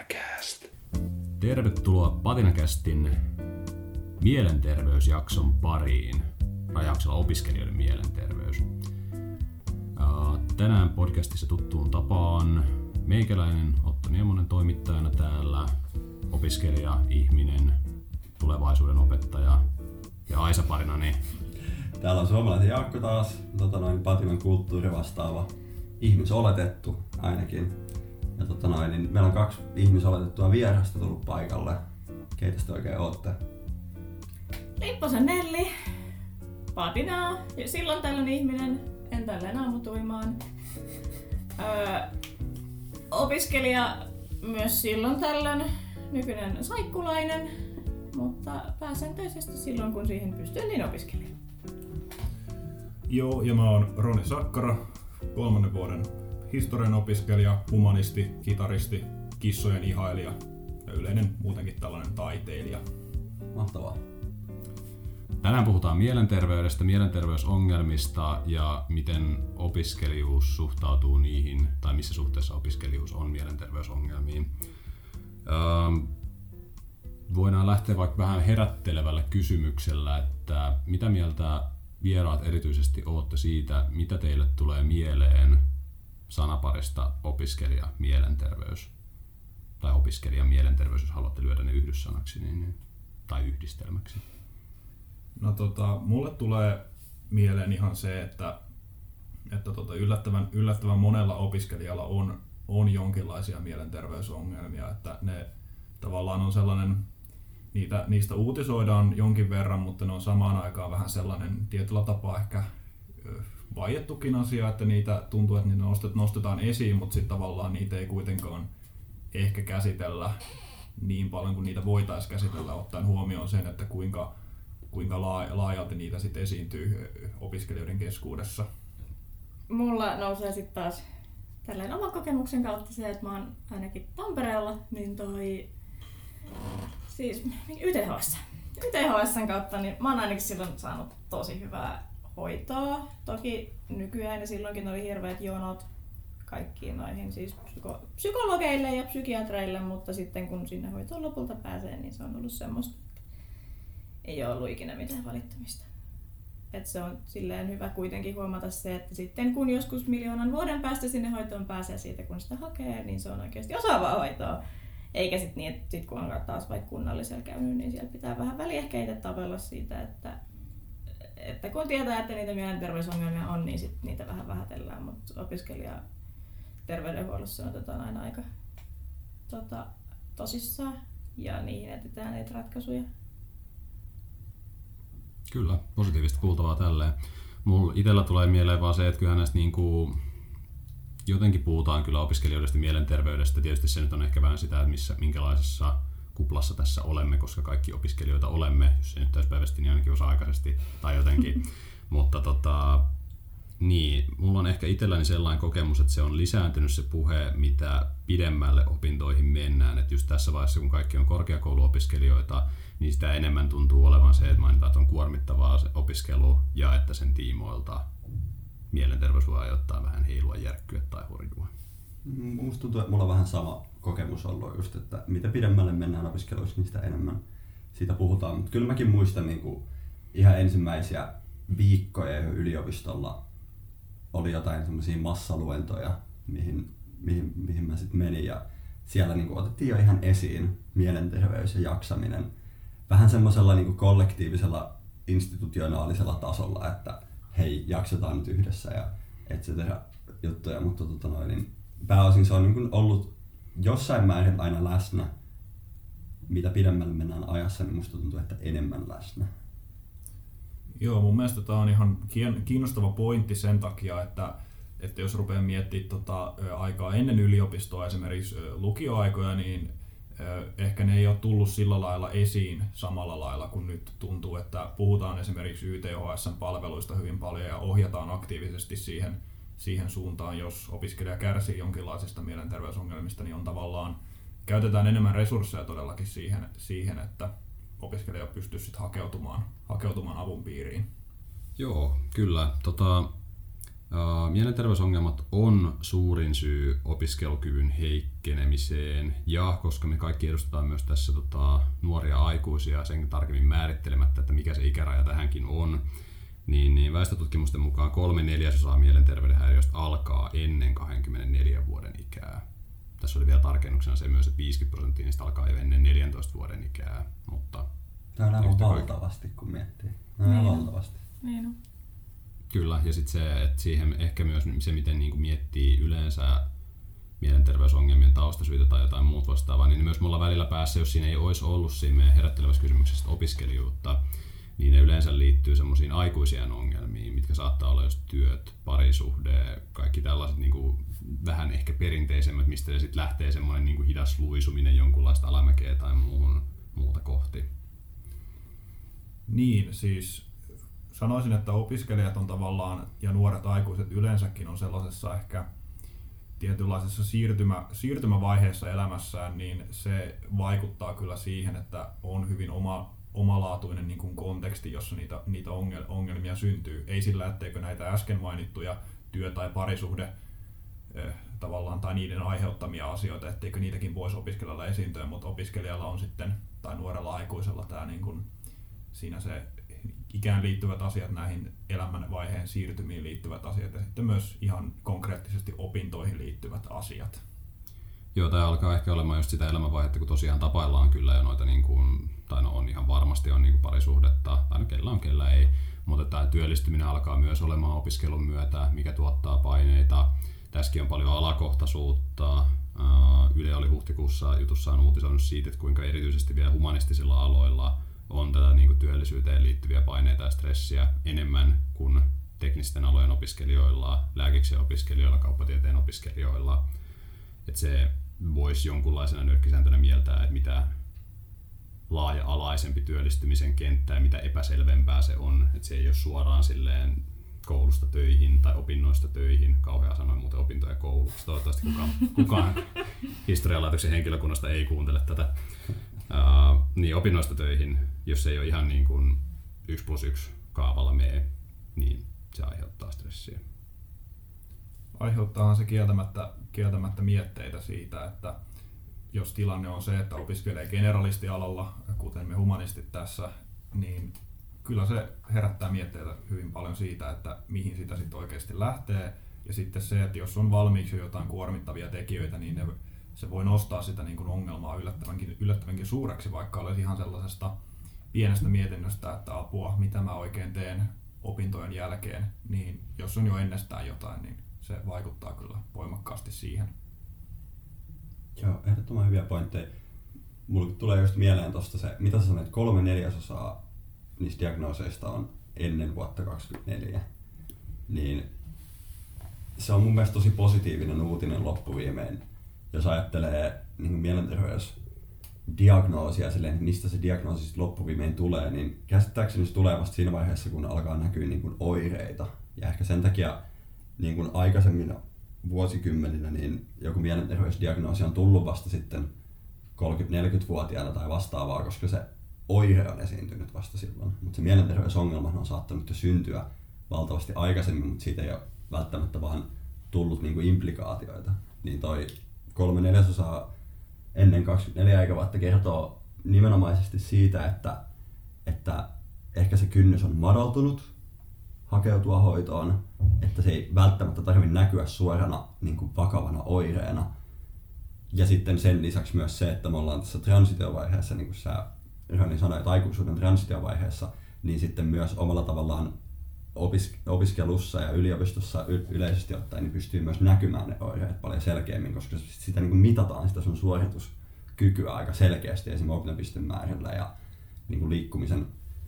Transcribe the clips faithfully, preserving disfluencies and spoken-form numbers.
Patinacast. Tervetuloa Patinakästin mielenterveysjakson pariin. Rajauksella opiskelijoiden mielenterveys. Tänään podcastissa tuttuun tapaan meikäläinen Otto Niemonen toimittajana täällä, opiskelija, ihminen, tulevaisuuden opettaja ja Aisa parinani. Täällä on suomalaisen Jaakko taas, tota noin, Patinan kulttuuri vastaava ihmisoletettu ainakin. Ja tota noin, niin meillä on kaksi ihmisoletettua vierasta tullut paikalle. Keitä te oikein ootte? Lipposen Nelli, Patinaa, ja silloin tällöin ihminen, en tälleen aamutuimaan. Öö, opiskelija myös silloin tällöin, nykyinen saikkulainen, mutta pääsääntöisesti silloin kun siihen pystyy, niin opiskelija. Joo, ja mä oon Roni Sakkara, kolmannen vuoden historian opiskelija, humanisti, kitaristi, kissojen ihailija ja yleinen muutenkin tällainen taiteilija. Mahtavaa. Tänään puhutaan mielenterveydestä, mielenterveysongelmista ja miten opiskelijuus suhtautuu niihin, tai missä suhteessa opiskelijuus on mielenterveysongelmiin. Öö, voidaan lähteä vaikka vähän herättelevällä kysymyksellä, että mitä mieltä vieraat erityisesti ootte siitä, mitä teille tulee mieleen sanaparista opiskelija mielenterveys tai opiskelijan mielenterveys, jos haluatte lyödä ne yhdyssanaksi niin, tai yhdistelmäksi. No tota, mulle tulee mieleen ihan se, että, että tota, yllättävän, yllättävän monella opiskelijalla on, on jonkinlaisia mielenterveysongelmia, että ne tavallaan on sellainen, niitä, niistä uutisoidaan jonkin verran, mutta ne on samaan aikaan vähän sellainen tietyllä tapaa ehkä vaiettukin asia, että niitä tuntuu, että niitä nostetaan esiin, mutta sitten tavallaan niitä ei kuitenkaan ehkä käsitellä niin paljon kuin niitä voitaisiin käsitellä, ottaen huomioon sen, että kuinka, kuinka laajalti niitä sitten esiintyy opiskelijoiden keskuudessa. Mulla nousee sitten taas tällainen oman kokemuksen kautta se, että mä oon ainakin Tampereella, niin toi siis Y T H S. Y T H S:n kautta niin mä oon ainakin silloin saanut tosi hyvää hoitoa. Toki nykyään ja silloinkin oli hirveät jonot kaikkiin noihin siis psyko- psykologeille ja psykiatreille, mutta sitten kun sinne hoitoon lopulta pääsee, niin se on ollut semmoista, että ei ole ollut ikinä mitään valittamista. Et se on silleen hyvä kuitenkin huomata se, että sitten kun joskus miljoonan vuoden päästä sinne hoitoon pääsee siitä, kun sitä hakee, niin se on oikeasti osaavaa hoitoa. Eikä sitten niin, että sit kun on taas vaikka kunnallisella käynyt, niin siellä pitää vähän väliä ehkä itse tapella siitä, että, että kun tietää, että niitä mielenterveysongelmia on, niin sit niitä vähän vähätellään, mutta opiskelija terveydenhuollossa otetaan aina aika tota, tosissaan ja niihin etsitään niitä ratkaisuja. Kyllä, positiivista kuultavaa tälleen. Mulla itsellä tulee mieleen vaan se, että kyllähän näistä niinku jotenkin puhutaan kyllä opiskelijoiden mielenterveydestä. Tietysti se nyt on ehkä vähän sitä, että missä, minkälaisessa kuplassa tässä olemme, koska kaikki opiskelijoita olemme, jos se nyt täyspäiväisesti, niin ainakin osa-aikaisesti tai jotenkin. Mutta tota, niin, mulla on ehkä itselläni sellainen kokemus, että se on lisääntynyt se puhe, mitä pidemmälle opintoihin mennään. Että just tässä vaiheessa, kun kaikki on korkeakouluopiskelijoita, niin sitä enemmän tuntuu olevan se, että mainitaan, että on kuormittavaa se opiskelu ja että sen tiimoilta mielenterveys voi aiheuttaa vähän heilua, järkkyä tai horjua. Musta tuntuu, että mulla on vähän sama kokemus ollut just, että mitä pidemmälle mennään opiskeluissa, niin sitä enemmän siitä puhutaan. Mutta kyllä mäkin muistan niin kuin ihan ensimmäisiä viikkoja yliopistolla oli jotain semmoisia massaluentoja, mihin, mihin, mihin mä sitten menin. Ja siellä niin kuin otettiin jo ihan esiin mielenterveys ja jaksaminen vähän semmoisella niin kuin kollektiivisella institutionaalisella tasolla, että hei, jaksetaan nyt yhdessä ja et cetera juttuja, mutta tota noin, niin pääosin se on niin kuin ollut jossain määrin aina läsnä. Mitä pidemmälle mennään ajassa, niin musta tuntuu, että enemmän läsnä. Joo, mun mielestä tämä on ihan kiinnostava pointti sen takia, että, että jos rupeaa miettimään tota, aikaa ennen yliopistoa, esimerkiksi lukioaikoja, niin ehkä ne ei ole tullut sillä lailla esiin samalla lailla, kun nyt tuntuu, että puhutaan esimerkiksi Y T H S:n palveluista hyvin paljon ja ohjataan aktiivisesti siihen, siihen suuntaan, jos opiskelija kärsii jonkinlaisista mielenterveysongelmista, niin on tavallaan, käytetään enemmän resursseja todellakin siihen, siihen että opiskelija pystyisi sit hakeutumaan, hakeutumaan avun piiriin. Joo, kyllä. Tota, Uh, mielenterveysongelmat on suurin syy opiskelukyvyn heikkenemiseen, ja koska me kaikki edustetaan myös tässä tota, nuoria aikuisia sen tarkemmin määrittelemättä, että mikä se ikäraja tähänkin on, niin, niin väestötutkimusten mukaan kolme neljäsosaa mielenterveyden häiriöistä alkaa ennen kaksikymmentäneljän vuoden ikää. Tässä oli vielä tarkennuksena se myös, että viisikymmentä prosenttia niistä alkaa jo ennen neljäntoista vuoden ikää. Mutta tämä on aivan valtavasti, kun miettii. Tämä on aivan valtavasti. Niin on. Kyllä, ja sitten se, että siihen ehkä myös se, miten niinku miettii yleensä mielenterveysongelmien taustasyitä tai jotain muut vastaavaa, niin myös me ollaan välillä päässä, jos siinä ei olisi ollut siinä meidän herättelevässä kysymyksessä opiskelijuutta, niin ne yleensä liittyy semmoisiin aikuisien ongelmiin, mitkä saattaa olla just työt, parisuhde, kaikki tällaiset niinku vähän ehkä perinteisemmät, mistä sitten lähtee semmoinen niinku hidas luisuminen jonkunlaista alamäkeä tai muuhun, muuta kohti. Niin, siis sanoisin, että opiskelijat on tavallaan, ja nuoret aikuiset yleensäkin on sellaisessa ehkä tietynlaisessa siirtymä, siirtymävaiheessa elämässään, niin se vaikuttaa kyllä siihen, että on hyvin oma, omalaatuinen niin kuin konteksti, jossa niitä, niitä ongelmia syntyy. Ei sillä, etteikö näitä äsken mainittuja työ- tai parisuhde eh, tavallaan, tai niiden aiheuttamia asioita, etteikö niitäkin voisi opiskelijalla esiintyä, mutta opiskelijalla on sitten, tai nuorella aikuisella tämä niin kuin, siinä se ikään liittyvät asiat, näihin elämänvaiheen siirtymiin liittyvät asiat ja sitten myös ihan konkreettisesti opintoihin liittyvät asiat. Joo, tämä alkaa ehkä olemaan just sitä elämänvaihetta, kun tosiaan tapaillaan kyllä jo noita, niin kuin, tai no on ihan varmasti on niin kuin parisuhdetta, tai no kellä on, kellä ei, mutta tämä työllistyminen alkaa myös olemaan opiskelun myötä, mikä tuottaa paineita. Tässäkin on paljon alakohtaisuutta. Yle oli huhtikuussa jutussaan uutisoinut siitä, että kuinka erityisesti vielä humanistisilla aloilla on tätä niin kuin työllisyyteen liittyviä paineita ja stressiä enemmän kuin teknisten alojen opiskelijoilla, lääkiksen opiskelijoilla, kauppatieteen opiskelijoilla. Että se voisi jonkunlaisena nyrkkisääntönä mieltää, että mitä laaja-alaisempi työllistymisen kenttä ja mitä epäselvempää se on. Että se ei ole suoraan silleen koulusta töihin tai opinnoista töihin. Kauhea sanoin muuten opinto ja koulu. Toivottavasti kukaan, kukaan historialaitoksen henkilökunnasta ei kuuntele tätä. Uh, niin opinnoista töihin, jos ei ole ihan niin kuin yksi plus yksi kaavalla mee, niin se aiheuttaa stressiä. Aiheuttaahan se kieltämättä, kieltämättä mietteitä siitä, että jos tilanne on se, että opiskelee generalistialalla, kuten me humanistit tässä, niin kyllä se herättää mietteitä hyvin paljon siitä, että mihin sitä sitten oikeasti lähtee. Ja sitten se, että jos on valmiiksi jotain kuormittavia tekijöitä, niin ne se voi nostaa sitä niin kuin ongelmaa yllättävänkin, yllättävänkin suureksi, vaikka olisi ihan sellaisesta pienestä mietinnöstä, että apua, mitä mä oikein teen opintojen jälkeen, niin jos on jo ennestään jotain, niin se vaikuttaa kyllä voimakkaasti siihen. Joo, ehdottoman hyviä pointteja. Mulle tulee just mieleen tosta se, mitä sä sanoit, kolme neljäsosaa niistä diagnooseista on ennen vuotta kaksikymmentäneljä. Niin se on mun mielestä tosi positiivinen uutinen loppuviimein. Jos ajattelee niin mielenterveysdiagnoosia, silleen, että mistä se diagnoosi loppuviimein tulee, niin käsittääkseni se tulee vasta siinä vaiheessa, kun alkaa näkyä niin kuin oireita. Ja ehkä sen takia niin kuin aikaisemmin vuosikymmeninä niin joku mielenterveysdiagnoosi on tullut vasta sitten kolmekymmentä-neljäkymmentävuotiaana tai vastaavaa, koska se oire on esiintynyt vasta silloin. Mutta se mielenterveysongelma on saattanut jo syntyä valtavasti aikaisemmin, mutta siitä ei ole välttämättä vaan tullut niin kuin implikaatioita. Niin toi kolme neljäsosaa ennen kaksikymmentäneljä ikävuotta kertoo nimenomaisesti siitä, että, että ehkä se kynnys on madaltunut hakeutua hoitoon, että se ei välttämättä tarvitse näkyä suorana niin kuin vakavana oireena. Ja sitten sen lisäksi myös se, että me ollaan tässä transitiovaiheessa, niin kuin sä Roni sanoit, aikuisuuden transitiovaiheessa, niin sitten myös omalla tavallaan opis- opiskelussa ja yliopistossa y- yleisesti ottaen niin pystyy myös näkymään ne oireet paljon selkeämmin, koska sitä niin kuin mitataan sitä sun suorituskykyä aika selkeästi esimerkiksi opintopistemäärällä ja niin kuin liikkumisen,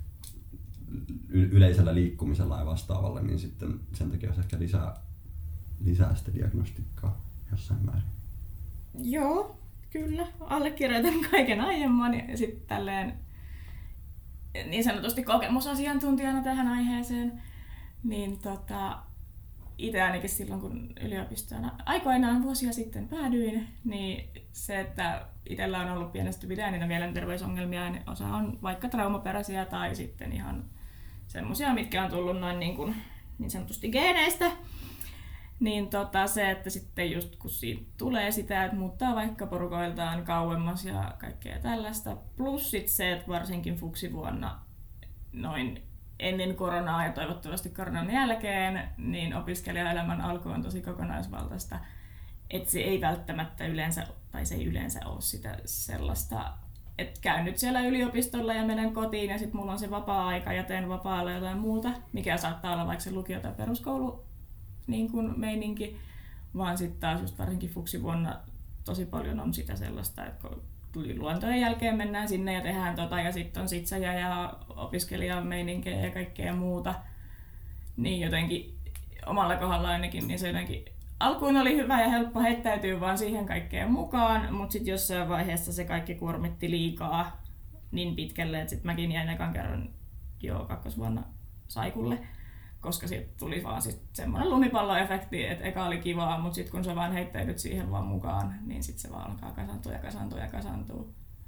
y- yleisellä liikkumisella ja vastaavalla, niin sitten sen takia se ehkä lisää, lisää sitä diagnostiikkaa jossain määrin. Joo, kyllä. Allekirjoitan kaiken aiemman ja sitten tälleen niin sanotusti kokemusasiantuntijana tähän aiheeseen, niin tota, itse ainakin silloin kun yliopistoon aikoinaan vuosia sitten päädyin, niin se, että itsellä on ollut pienestä pitäen niitä mielenterveysongelmia, niin osa on vaikka traumaperäisiä tai sitten ihan semmoisia, mitkä on tullut noin niin, kuin, niin sanotusti geeneistä, Niin tota, se, että sitten just kun siitä tulee sitä, että muuttaa vaikka porukoiltaan kauemmas ja kaikkea tällaista. Plus sit se, että varsinkin fuksivuonna noin ennen koronaa ja toivottavasti koronan jälkeen, niin opiskelijaelämän alku on tosi kokonaisvaltaista. Että se ei välttämättä yleensä, tai se ei yleensä ole sitä sellaista, että käyn nyt siellä yliopistolla ja menen kotiin ja sitten mulla on se vapaa-aika ja teen vapaalla jotain muuta, mikä saattaa olla vaikka se lukio- tai peruskoulu niin kuin meininki, vaan sitten taas just varsinkin fuksivuonna tosi paljon on sitä sellaista, että kun tuli luontojen jälkeen mennään sinne ja tehdään tota ja sitten on sitsejä ja opiskelijameininkiä ja kaikkea muuta, niin jotenkin omalla kohdalla ainakin, niin se jotenkin alkuun oli hyvä ja helppo heittäytyä vaan siihen kaikkeen mukaan, mutta sitten jossain vaiheessa se kaikki kuormitti liikaa niin pitkälle, että sitten mäkin jäin ekan kerran jo kakkosvuonna saikulle, koska siitä tuli vaan sit semmoinen lumipalloefekti, että eka oli kivaa, mutta sitten kun sä vaan heittäydyt siihen vaan mukaan, niin sitten se vaan alkaa kasantua ja kasantua ja kasantua.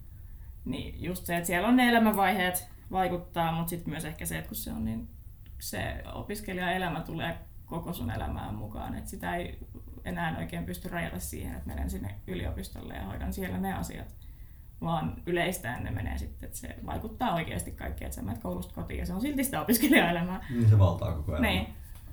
Niin just se, että siellä on ne elämänvaiheet vaikuttaa, mutta sitten myös ehkä se, että kun se on niin se opiskelijaelämä tulee koko sun elämään mukaan, että sitä ei enää oikein pysty rajata siihen, että menen sinne yliopistolle ja hoidan siellä ne asiat, vaan yleistään ne menee sitten, että se vaikuttaa oikeasti kaikkeen, että sä menet koulusta kotiin ja se on silti sitä opiskelijaelämää. Niin se valtaa koko ajan. Niin.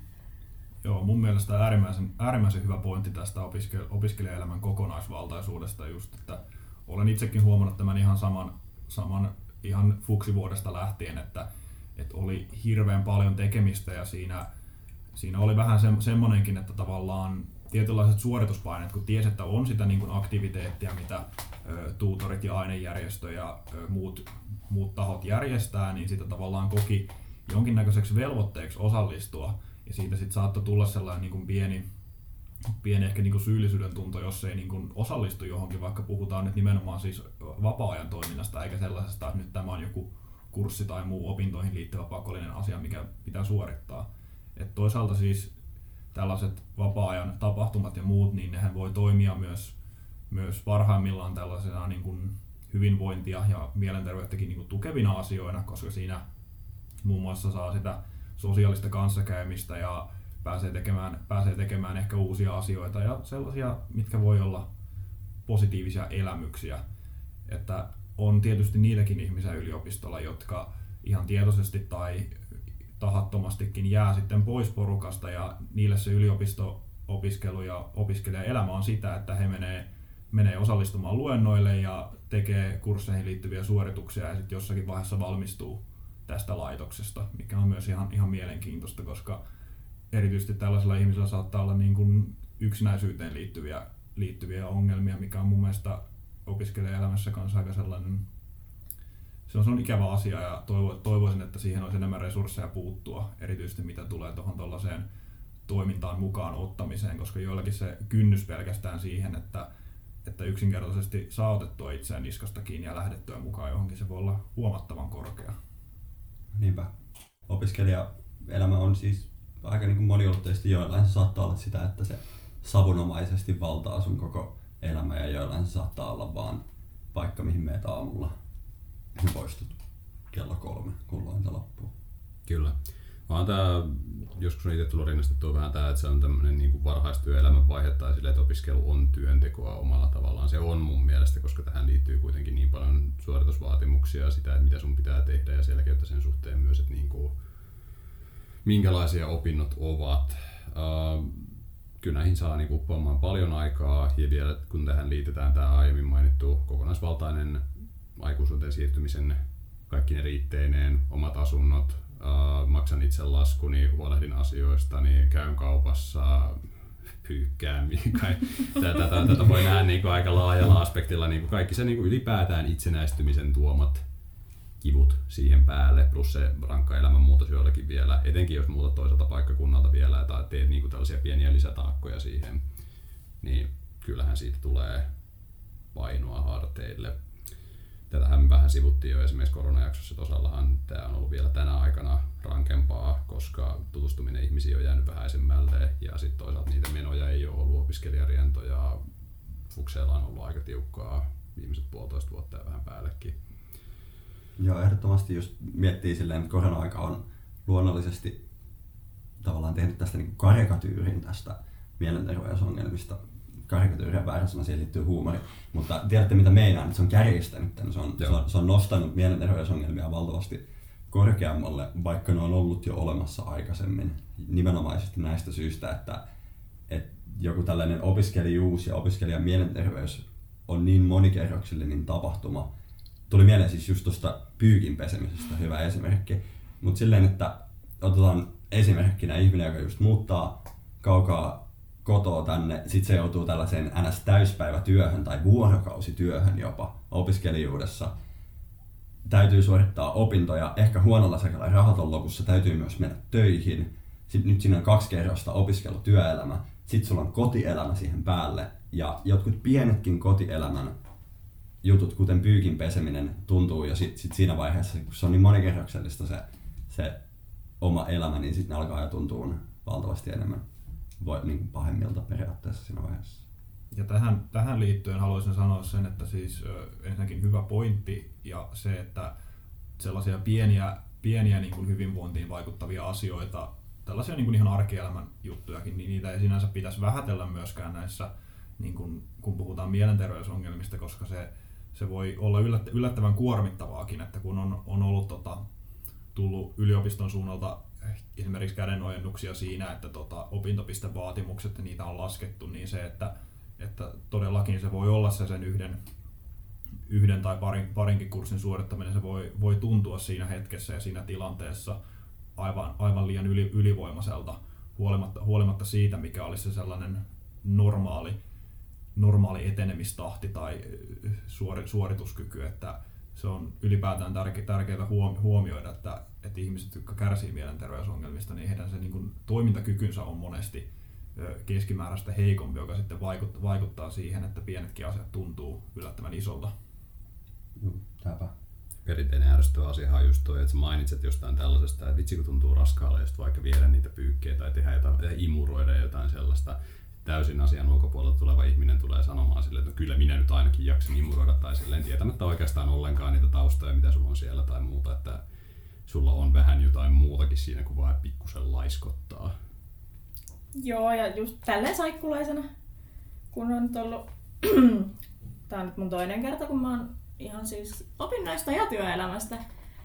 Joo, mun mielestä äärimmäisen, äärimmäisen hyvä pointti tästä opiske- opiskelijaelämän kokonaisvaltaisuudesta just, että olen itsekin huomannut tämän ihan saman, saman ihan fuksivuodesta lähtien, että, että oli hirveän paljon tekemistä ja siinä Siinä oli vähän se, semmonenkin, että tavallaan tietynlaiset suorituspaineet, kun tiesi, että on sitä niin kuin aktiviteettia, mitä ö, tuutorit ja ainejärjestö ja ö, muut, muut tahot järjestää, niin sitä tavallaan koki jonkinnäköiseksi velvoitteeksi osallistua. Ja siitä sitten saattoi tulla sellainen niin kuin pieni, pieni ehkä niin kuin syyllisyyden tunto, jos ei niin kuin osallistu johonkin, vaikka puhutaan nyt nimenomaan siis vapaa-ajan toiminnasta, eikä sellaisesta, että nyt tämä on joku kurssi tai muu opintoihin liittyvä pakollinen asia, mikä pitää suorittaa. Et toisaalta siis tällaiset vapaa-ajan tapahtumat ja muut, niin nehän voi toimia myös, myös parhaimmillaan tällaisena niin kuin hyvinvointia ja mielenterveyttäkin niin kuin tukevina asioina, koska siinä muun muassa saa sitä sosiaalista kanssakäymistä ja pääsee tekemään, pääsee tekemään ehkä uusia asioita ja sellaisia, mitkä voi olla positiivisia elämyksiä. Että on tietysti niitäkin ihmisiä yliopistolla, jotka ihan tietoisesti tai tahattomastikin jää sitten pois porukasta ja niille se yliopisto-opiskelu ja opiskelijaelämä on sitä, että he menee, menee osallistumaan luennoille ja tekee kursseihin liittyviä suorituksia ja sitten jossakin vaiheessa valmistuu tästä laitoksesta, mikä on myös ihan, ihan mielenkiintoista, koska erityisesti tällaisilla ihmisillä saattaa olla niin kuin yksinäisyyteen liittyviä, liittyviä ongelmia, mikä on mun mielestä opiskelijaelämässä kanssa aika sellainen Se on, se on ikävä asia ja toivo, toivoisin, että siihen olisi enemmän resursseja puuttua, erityisesti mitä tulee tuohon tuollaiseen toimintaan mukaan ottamiseen, koska joillakin se kynnys pelkästään siihen, että, että yksinkertaisesti saa otettua itseään niskasta kiinni ja lähdettyä mukaan johonkin, se voi olla huomattavan korkea. Niinpä. Opiskelijaelämä on siis aika niin kuin moniulotteisesti, joillain se saattaa olla sitä, että se savunomaisesti valtaa sun koko elämä ja joillain se saattaa olla vaan paikka, mihin meet aamulla. Poistut kello kolme, kun luenta loppuu. Kyllä. Vaan tää, joskus on itse tullut rinnastettua vähän tää, että se on tämmönen niinku varhaistyöelämän vaihe tai silleen, että opiskelu on työntekoa omalla tavallaan. Se on mun mielestä, koska tähän liittyy kuitenkin niin paljon suoritusvaatimuksia ja sitä, että mitä sun pitää tehdä ja selkeyttä sen suhteen myös, että niinku, minkälaisia opinnot ovat. Uh, kyllä näihin saa niinku uppoamaan paljon aikaa ja vielä kun tähän liitetään tämä aiemmin mainittu kokonaisvaltainen aikuisuuteen siirtymisen kaikki ne riitteineen, omat asunnot, äh, maksan itse laskuni, huolehdin asioistani, käyn kaupassa, pyykkään, tätä, tätä, tätä voi nähdä niin kuin aika laajalla aspektilla, niin kuin kaikki se niin kuin ylipäätään itsenäistymisen tuomat kivut siihen päälle, plus se rankka elämänmuutos joillekin vielä, etenkin jos muutat toiselta paikkakunnalta vielä tai teet niin kuin tällaisia pieniä lisätaakkoja siihen, niin kyllähän siitä tulee painoa harteille. Tätähän vähän sivuttiin jo esimerkiksi koronajaksossa, että osallahan tämä on ollut vielä tänä aikana rankempaa, koska tutustuminen ihmisiin on jäänyt vähäisemmälle ja sitten toisaalta niitä menoja ei ole ollut opiskelijarientoja. Fukseilla on ollut aika tiukkaa viimeiset puolitoista vuotta ja vähän päällekin. Joo, ehdottomasti just miettii silleen, että korona-aika on luonnollisesti tavallaan tehnyt tästä niin karikatyyrin tästä, mielenterveysongelmista. Karikatyyriä väärässä, siihen liittyy huumori. Mutta tiedätte mitä meinaan, että se on kärjistänyt tämän. Se on, se on, se on nostanut mielenterveysongelmia valtavasti korkeammalle, vaikka ne on ollut jo olemassa aikaisemmin. Nimenomaisesti näistä syistä, että, että joku tällainen opiskelijuus ja opiskelijan mielenterveys on niin monikerroksellinen tapahtuma. Tuli mieleen siis just tuosta pyykin pesemisestä hyvä esimerkki. Mutta silleen, että otetaan esimerkkinä ihminen, joka just muuttaa kaukaa kotoa tänne, sit se joutuu tällaiseen ns. Täyspäivätyöhön tai vuorokausityöhön jopa opiskelijuudessa. Täytyy suorittaa opintoja, ehkä huonolla sekalla rahat on lopussa, täytyy myös mennä töihin. Sitten nyt siinä on kaksi kerrosta opiskelu, työelämä, sitten sulla on kotielämä siihen päälle. Ja jotkut pienetkin kotielämän jutut, kuten pyykin peseminen, tuntuu jo sit, sit siinä vaiheessa, kun se on niin monikerroksellista se, se oma elämä, niin sitten ne alkaa jo tuntua valtavasti enemmän voi, niin pahemmilta periaatteessa siinä vaiheessa. Ja tähän, tähän liittyen haluaisin sanoa sen, että siis ö, ensinnäkin hyvä pointti ja se, että sellaisia pieniä, pieniä niin kuin hyvinvointiin vaikuttavia asioita, tällaisia niin kuin ihan arkielämän juttujakin, niin niitä ei sinänsä pitäisi vähätellä myöskään näissä, niin kuin, kun puhutaan mielenterveysongelmista, koska se, se voi olla yllät, yllättävän kuormittavaakin, että kun on, on ollut tota, tullut yliopiston suunnalta esimerkiksi kädenojennuksia siinä, että tota, opintopistevaatimukset ja niitä on laskettu, niin se, että, että todellakin se voi olla se sen yhden, yhden tai parin, parinkin kurssin suorittaminen, se voi, voi tuntua siinä hetkessä ja siinä tilanteessa aivan, aivan liian yli, ylivoimaiselta, huolimatta, huolimatta siitä, mikä olisi se sellainen normaali, normaali etenemistahti tai suori, suorituskyky, että se on ylipäätään tärke, tärkeää huomioida, että, että ihmiset, jotka kärsii mielenterveysongelmista, niin heidän se niin kuin, toimintakykynsä on monesti keskimääräistä heikompi, joka sitten vaikuttaa, vaikuttaa siihen, että pienetkin asiat tuntuu yllättävän isolta. Joo, täpä. Perinteinen ärsyttävä asiahan on just toi, että sä mainitset jostain tällaisesta, että vitsi kun tuntuu raskaalle, just vaikka viedä niitä pyykkejä tai tehdä jotain, imuroida jotain sellaista. Täysin asian ulkopuolelta tuleva ihminen tulee sanomaan silleen, että kyllä minä nyt ainakin jaksan imuroida tai silleen tietämättä oikeastaan ollenkaan niitä taustoja, mitä sulla on siellä tai muuta, että sulla on vähän jotain muutakin siinä kuin vaan pikkusen laiskottaa. Joo, ja just tälleen saikkulaisena, kun on nyt ollut, tää on nyt mun toinen kerta, kun mä oon ihan siis opinnoista ja työelämästä,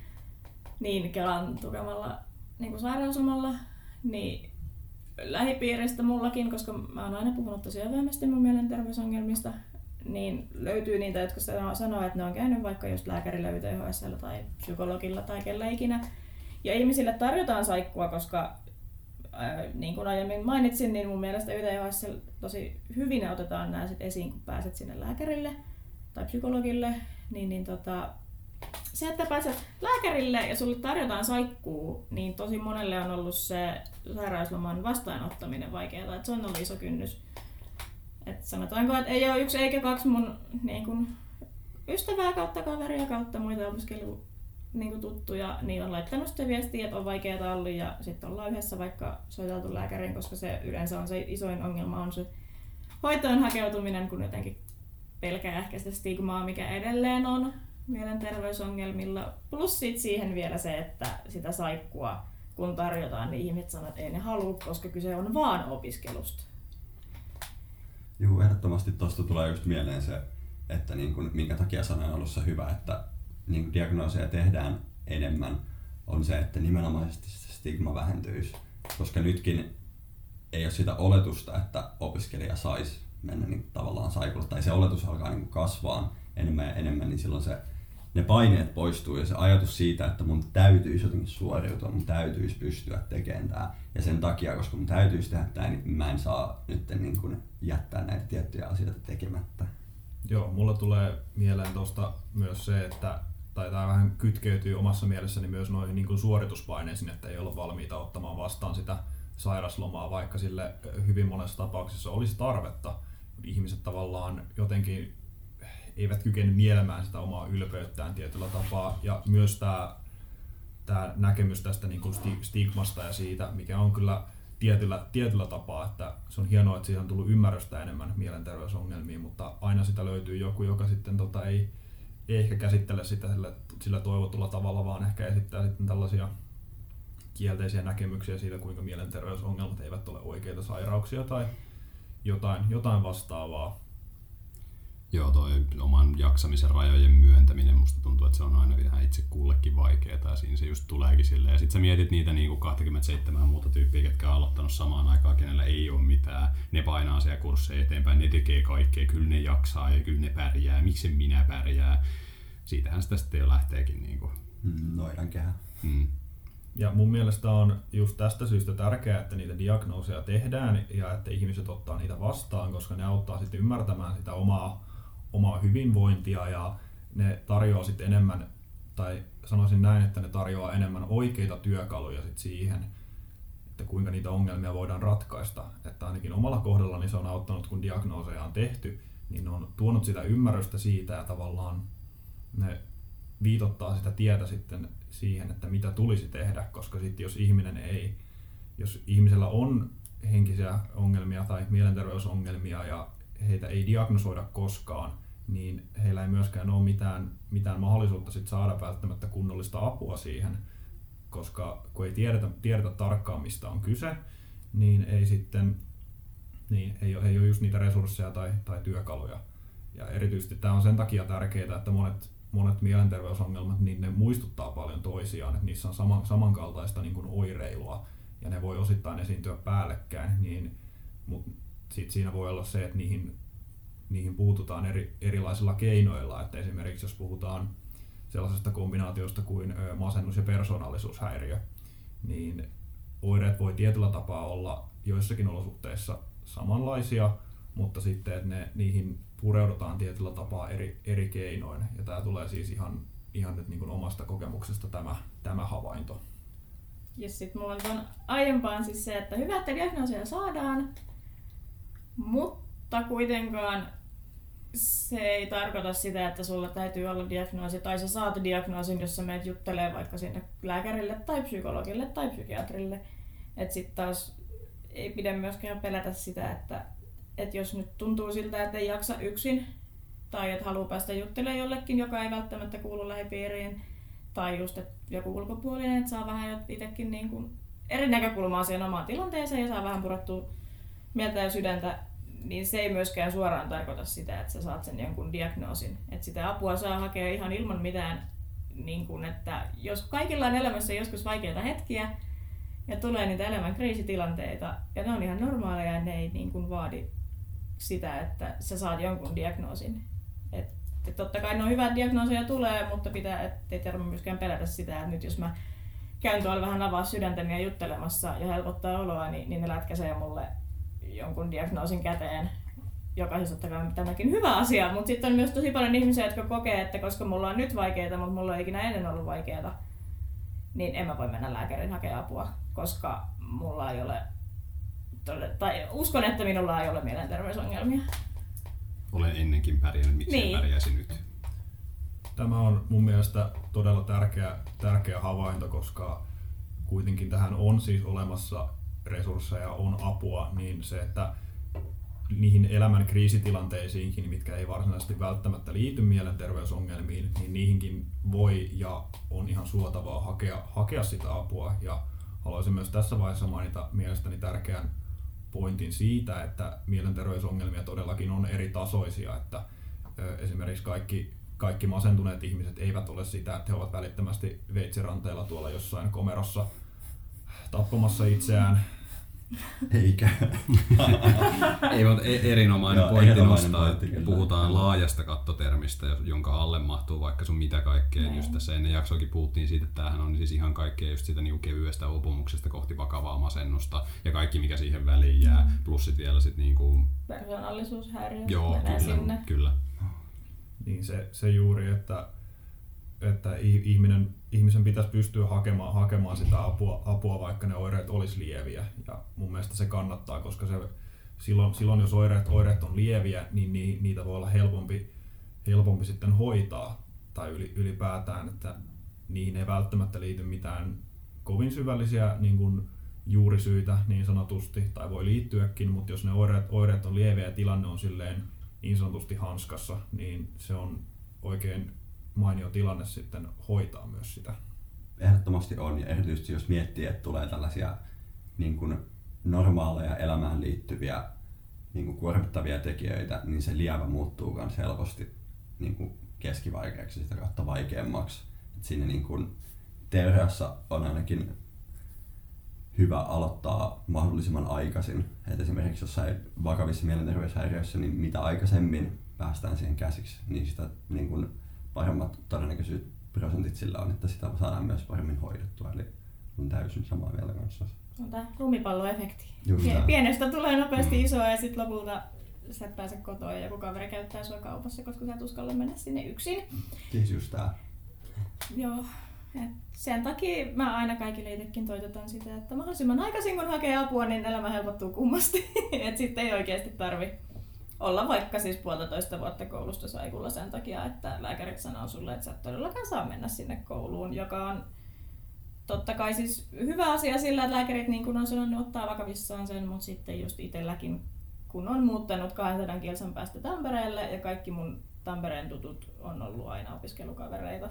niin Kelan tukemalla niin sairausomalla, niin lähipiiristä mullakin, koska mä oon aina puhunut tosi avoimesti mun mielenterveysongelmista, niin löytyy niitä, jotka sanoo, että ne on käynyt vaikka just lääkärillä, Y T H S:llä tai psykologilla tai kellä ikinä. Ja ihmisille tarjotaan saikkua, koska ää, niin kuin aiemmin mainitsin, niin mun mielestä Y T H S tosi hyvin otetaan nämä sit esiin, kun pääset sinne lääkärille tai psykologille. Niin, niin tota, se, että pääset lääkärille ja sulle tarjotaan saikkuu, niin tosi monelle on ollut se sairausloman vastaanottaminen vaikeaa, että se on ollut iso kynnys. Et sanotaanko, että ei ole yksi eikä kaksi mun niin kun, ystävää kautta kaveria kautta muita opiskelu niin tuttuja, niin on laittanut sitä viestiä, että on vaikeaa ollut ja sitten ollaan yhdessä vaikka soiteltu lääkäriin, koska se yleensä on se isoin ongelma on se hoitoon hakeutuminen, kun jotenkin pelkää ehkä sitä stigmaa, mikä edelleen on mielenterveysongelmilla. Plus sit siihen vielä se, että sitä saikkua kun tarjotaan, niin ihmiset sanoo, että ei ne halua, koska kyse on vaan opiskelusta. Joo, ehdottomasti tuosta tulee just mieleen se, että niin kun, minkä takia sanoin alussa hyvä, että niin kun diagnooseja tehdään enemmän, on se, että nimenomaisesti se stigma vähentyisi. Koska nytkin ei ole sitä oletusta, että opiskelija saisi mennä niin tavallaan saikulle, tai se oletus alkaa niin kasvaa enemmän ja enemmän, niin silloin se, ne paineet poistuu ja se ajatus siitä, että mun täytyisi jotenkin suoriutua, mun täytyisi pystyä tekemään tää. Ja sen takia, koska mun täytyisi tehdä tää, niin mä en saa nyt niin kuin jättää näitä tiettyjä asioita tekemättä. Joo, mulla tulee mieleen tuosta myös se, että tai tämä vähän kytkeytyy omassa mielessäni myös noihin niin kuin suorituspaineisiin, että ei olla valmiita ottamaan vastaan sitä sairaslomaa, vaikka sille hyvin monessa tapauksessa olisi tarvetta. Ihmiset tavallaan jotenkin eivät kykene nielemään sitä omaa ylpeyttään tietyllä tapaa. Ja myös tämä, tämä näkemys tästä niin kuin stigmasta ja siitä, mikä on kyllä tietyllä, tietyllä tapaa, että se on hienoa, että siihen on tullut ymmärrystä enemmän mielenterveysongelmiin, mutta aina sitä löytyy joku, joka sitten tota ei, ei ehkä käsittele sitä sillä, sillä toivotulla tavalla, vaan ehkä esittää sitten tällaisia kielteisiä näkemyksiä siitä, kuinka mielenterveysongelmat eivät ole oikeita sairauksia tai jotain, jotain vastaavaa. Joo, toi oman jaksamisen rajojen myöntäminen, musta tuntuu, että se on aina vähän itse kullekin vaikeaa ja siinä se just tuleekin silleen. Ja sit sä mietit niitä niinku kaksikymmentäseitsemän muuta tyyppiä, ketkä on aloittanut samaan aikaan, kenellä ei ole mitään. Ne painaa siellä kursseja eteenpäin, ne tekee kaikkea, kyllä ne jaksaa ja kyllä ne pärjää, miksi minä pärjää. Siitähän sitä sitten jo lähteekin. Niinku. Mm, noidankehä. Mm. Ja mun mielestä on just tästä syystä tärkeää, että niitä diagnooseja tehdään ja että ihmiset ottaa niitä vastaan, koska ne auttaa sitten ymmärtämään sitä omaa, omaa hyvinvointia ja ne tarjoaa sitten enemmän, tai sanoisin näin, että ne tarjoaa enemmän oikeita työkaluja sit siihen, että kuinka niitä ongelmia voidaan ratkaista. Että ainakin omalla kohdallani se on auttanut, kun diagnooseja on tehty, niin ne on tuonut sitä ymmärrystä siitä ja tavallaan ne viitottaa sitä tietä sitten siihen, että mitä tulisi tehdä, koska sitten jos ihminen ei, jos ihmisellä on henkisiä ongelmia tai mielenterveysongelmia ja heitä ei diagnosoida koskaan, niin heillä ei myöskään ole mitään, mitään mahdollisuutta sit saada välttämättä kunnollista apua siihen, koska kun ei tiedetä, tiedetä tarkkaan mistä on kyse, niin ei sitten niin ei ole, ei ole just niitä resursseja tai, tai työkaluja. Ja erityisesti tämä on sen takia tärkeää, että monet monet mielenterveysongelmat, niin ne muistuttaa paljon toisiaan, että niissä on sama, samankaltaista niin kuin oireilua ja ne voi osittain esiintyä päällekkäin, niin, mutta sit siinä voi olla se, että niihin, niihin puututaan eri, erilaisilla keinoilla, että esimerkiksi jos puhutaan sellaisesta kombinaatiosta kuin masennus- ja persoonallisuushäiriö, niin oireet voi tietyllä tapaa olla joissakin olosuhteissa samanlaisia, mutta sitten että ne, niihin pureudutaan tietyllä tapaa eri, eri keinoin. Ja tämä tulee siis ihan, ihan nyt niin kuin omasta kokemuksesta tämä, tämä havainto. Ja sitten mulla on aiempaan siis se, että hyvä, että diagnoosia saadaan, mutta kuitenkaan se ei tarkoita sitä, että sulla täytyy olla diagnoosi tai sä saat diagnoosin, jos sä menet juttelemaan vaikka sinne lääkärille tai psykologille tai psykiatrille. Että sitten taas ei pidä myöskään pelätä sitä, että että jos nyt tuntuu siltä, että ei jaksa yksin tai että haluaa päästä juttelemaan jollekin, joka ei välttämättä kuulu lähipiiriin tai just että joku ulkopuolinen, että saa vähän itsekin niin kuin eri näkökulmaa siihen omaan tilanteeseen ja saa vähän purettua mieltä ja sydäntä, niin se ei myöskään suoraan tarkoita sitä, että sä saat sen jonkun diagnoosin. Että sitä apua saa hakea ihan ilman mitään, niin kuin, että jos kaikilla on elämässä joskus vaikeita hetkiä ja tulee niitä elämän kriisitilanteita ja ne on ihan normaaleja ja ne ei niin kuin vaadi sitä, että sä saat jonkun diagnoosin. Et, et totta kai no hyvät diagnooseja tulee, mutta pitää, ettei tarvitse myöskään pelätä sitä, että nyt jos mä käyn tuolla vähän avaa sydäntäni ja juttelemassa ja helpottaa oloa, niin, niin ne lätkäsee mulle jonkun diagnoosin käteen, joka siis totta kai tämäkin hyvä asia, mutta sitten on myös tosi paljon ihmisiä, jotka kokee, että koska mulla on nyt vaikeaa, mutta mulla ei ikinä ennen ollut vaikeaa, niin en mä voi mennä lääkärin hakea apua, koska mulla ei ole tai uskon, että minulla ei ole mielenterveysongelmia. Olen ennenkin pärjännyt, miksi niin. pärjäisi nyt? Tämä on mun mielestä todella tärkeä, tärkeä havainto, koska kuitenkin tähän on siis olemassa resursseja, on apua, niin se, että niihin elämän kriisitilanteisiinkin, mitkä ei varsinaisesti välttämättä liity mielenterveysongelmiin, niin niihinkin voi ja on ihan suotavaa hakea, hakea sitä apua. Ja haluaisin myös tässä vaiheessa mainita mielestäni tärkeän pointin siitä, että mielenterveysongelmia todellakin on eri tasoisia, että esimerkiksi kaikki, kaikki masentuneet ihmiset eivät ole sitä, että he ovat välittömästi veitsiranteella tuolla jossain komerossa tappamassa itseään. Eikä. Ei, mutta erinomainen Joo, pointti nostaa, että puhutaan laajasta kattotermistä, jonka alle mahtuu vaikka sun mitä kaikkea. Näin. Just tässä ennen jaksoakin puhuttiin siitä, että tämähän on siis ihan kaikkea just sitä niinku kevyestä uupumuksesta kohti vakavaa masennusta ja kaikki mikä siihen väliin jää, mm. plus sit vielä sit niinku persoonallisuushäiriöt menee kyllä, sinne. Kyllä. Niin se, se juuri, että että ihminen, ihmisen pitäisi pystyä hakemaan, hakemaan sitä apua, apua, vaikka ne oireet olisi lieviä. Ja mun mielestä se kannattaa, koska se, silloin, silloin jos oireet, oireet on lieviä, niin niitä voi olla helpompi, helpompi sitten hoitaa tai ylipäätään, että niihin ei välttämättä liity mitään kovin syvällisiä niin kuin juurisyitä niin sanotusti, tai voi liittyäkin, mutta jos ne oireet, oireet on lieviä ja tilanne on silleen niin sanotusti hanskassa, niin se on oikein mainio tilanne sitten hoitaa myös sitä. Ehdottomasti on, ja erityisesti jos miettii, että tulee tällaisia niin kuin normaaleja elämään liittyviä niin kuin kuormittavia tekijöitä, niin se lievä muuttuu myös helposti niin kuin keskivaikeaksi, sitä kautta vaikeammaksi. Et siinä niin kuin teoriassa on ainakin hyvä aloittaa mahdollisimman aikaisin. Et esimerkiksi jossain vakavissa mielenterveyshäiriöissä, niin mitä aikaisemmin päästään siihen käsiksi, niin sitä niin kuin paremmat todennäköisyysprosentit sillä on, että sitä saadaan myös paremmin hoidettua. Eli on täysin samaa mieltä kanssa. On tämä lumipalloefekti. Kyllä. Pienestä tulee nopeasti isoa ja sitten lopulta sä et pääse kotoa ja joku kaveri käyttää sua kaupassa, koska sä et uskalla mennä sinne yksin. Siis just tää. Joo. Et sen takia mä aina kaikille itsekin toitotan sitä, että mahdollisimman aikaisin kun hakee apua, niin elämä helpottuu kummasti. Et sitten ei oikeasti tarvi olla vaikka siis puolitoista vuotta koulusta saikulla sen takia, että lääkärit sanoo sulle, että sä et todellakaan saa mennä sinne kouluun, joka on totta kai siis hyvä asia sillä, että lääkärit niin kuin on sanonut ottaa vakavissaan sen, mutta sitten just itselläkin, kun on muuttanut kahdensadan kilsan päästä Tampereelle ja kaikki mun Tampereen tutut on ollut aina opiskelukavereita.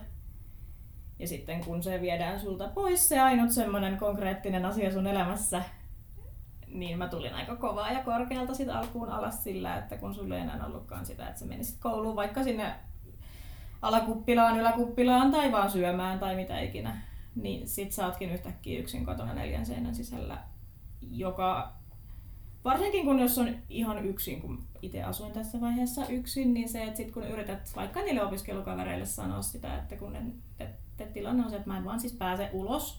Ja sitten kun se viedään sulta pois, se ainut semmoinen konkreettinen asia sun elämässä, niin mä tulin aika kovaa ja korkealta sit alkuun alas sillä, että kun sulla ei enää ollutkaan sitä, että sä menisit kouluun vaikka sinne alakuppilaan, yläkuppilaan tai vaan syömään tai mitä ikinä, niin sit sä ootkin yhtäkkiä yksin kotona neljän seinän sisällä, joka varsinkin kun jos on ihan yksin, kun itse asuin tässä vaiheessa yksin, niin se, että sit kun yrität vaikka niille opiskelukavereille sanoa sitä, että kun en, et, et tilanne on se, että mä en vaan siis pääse ulos,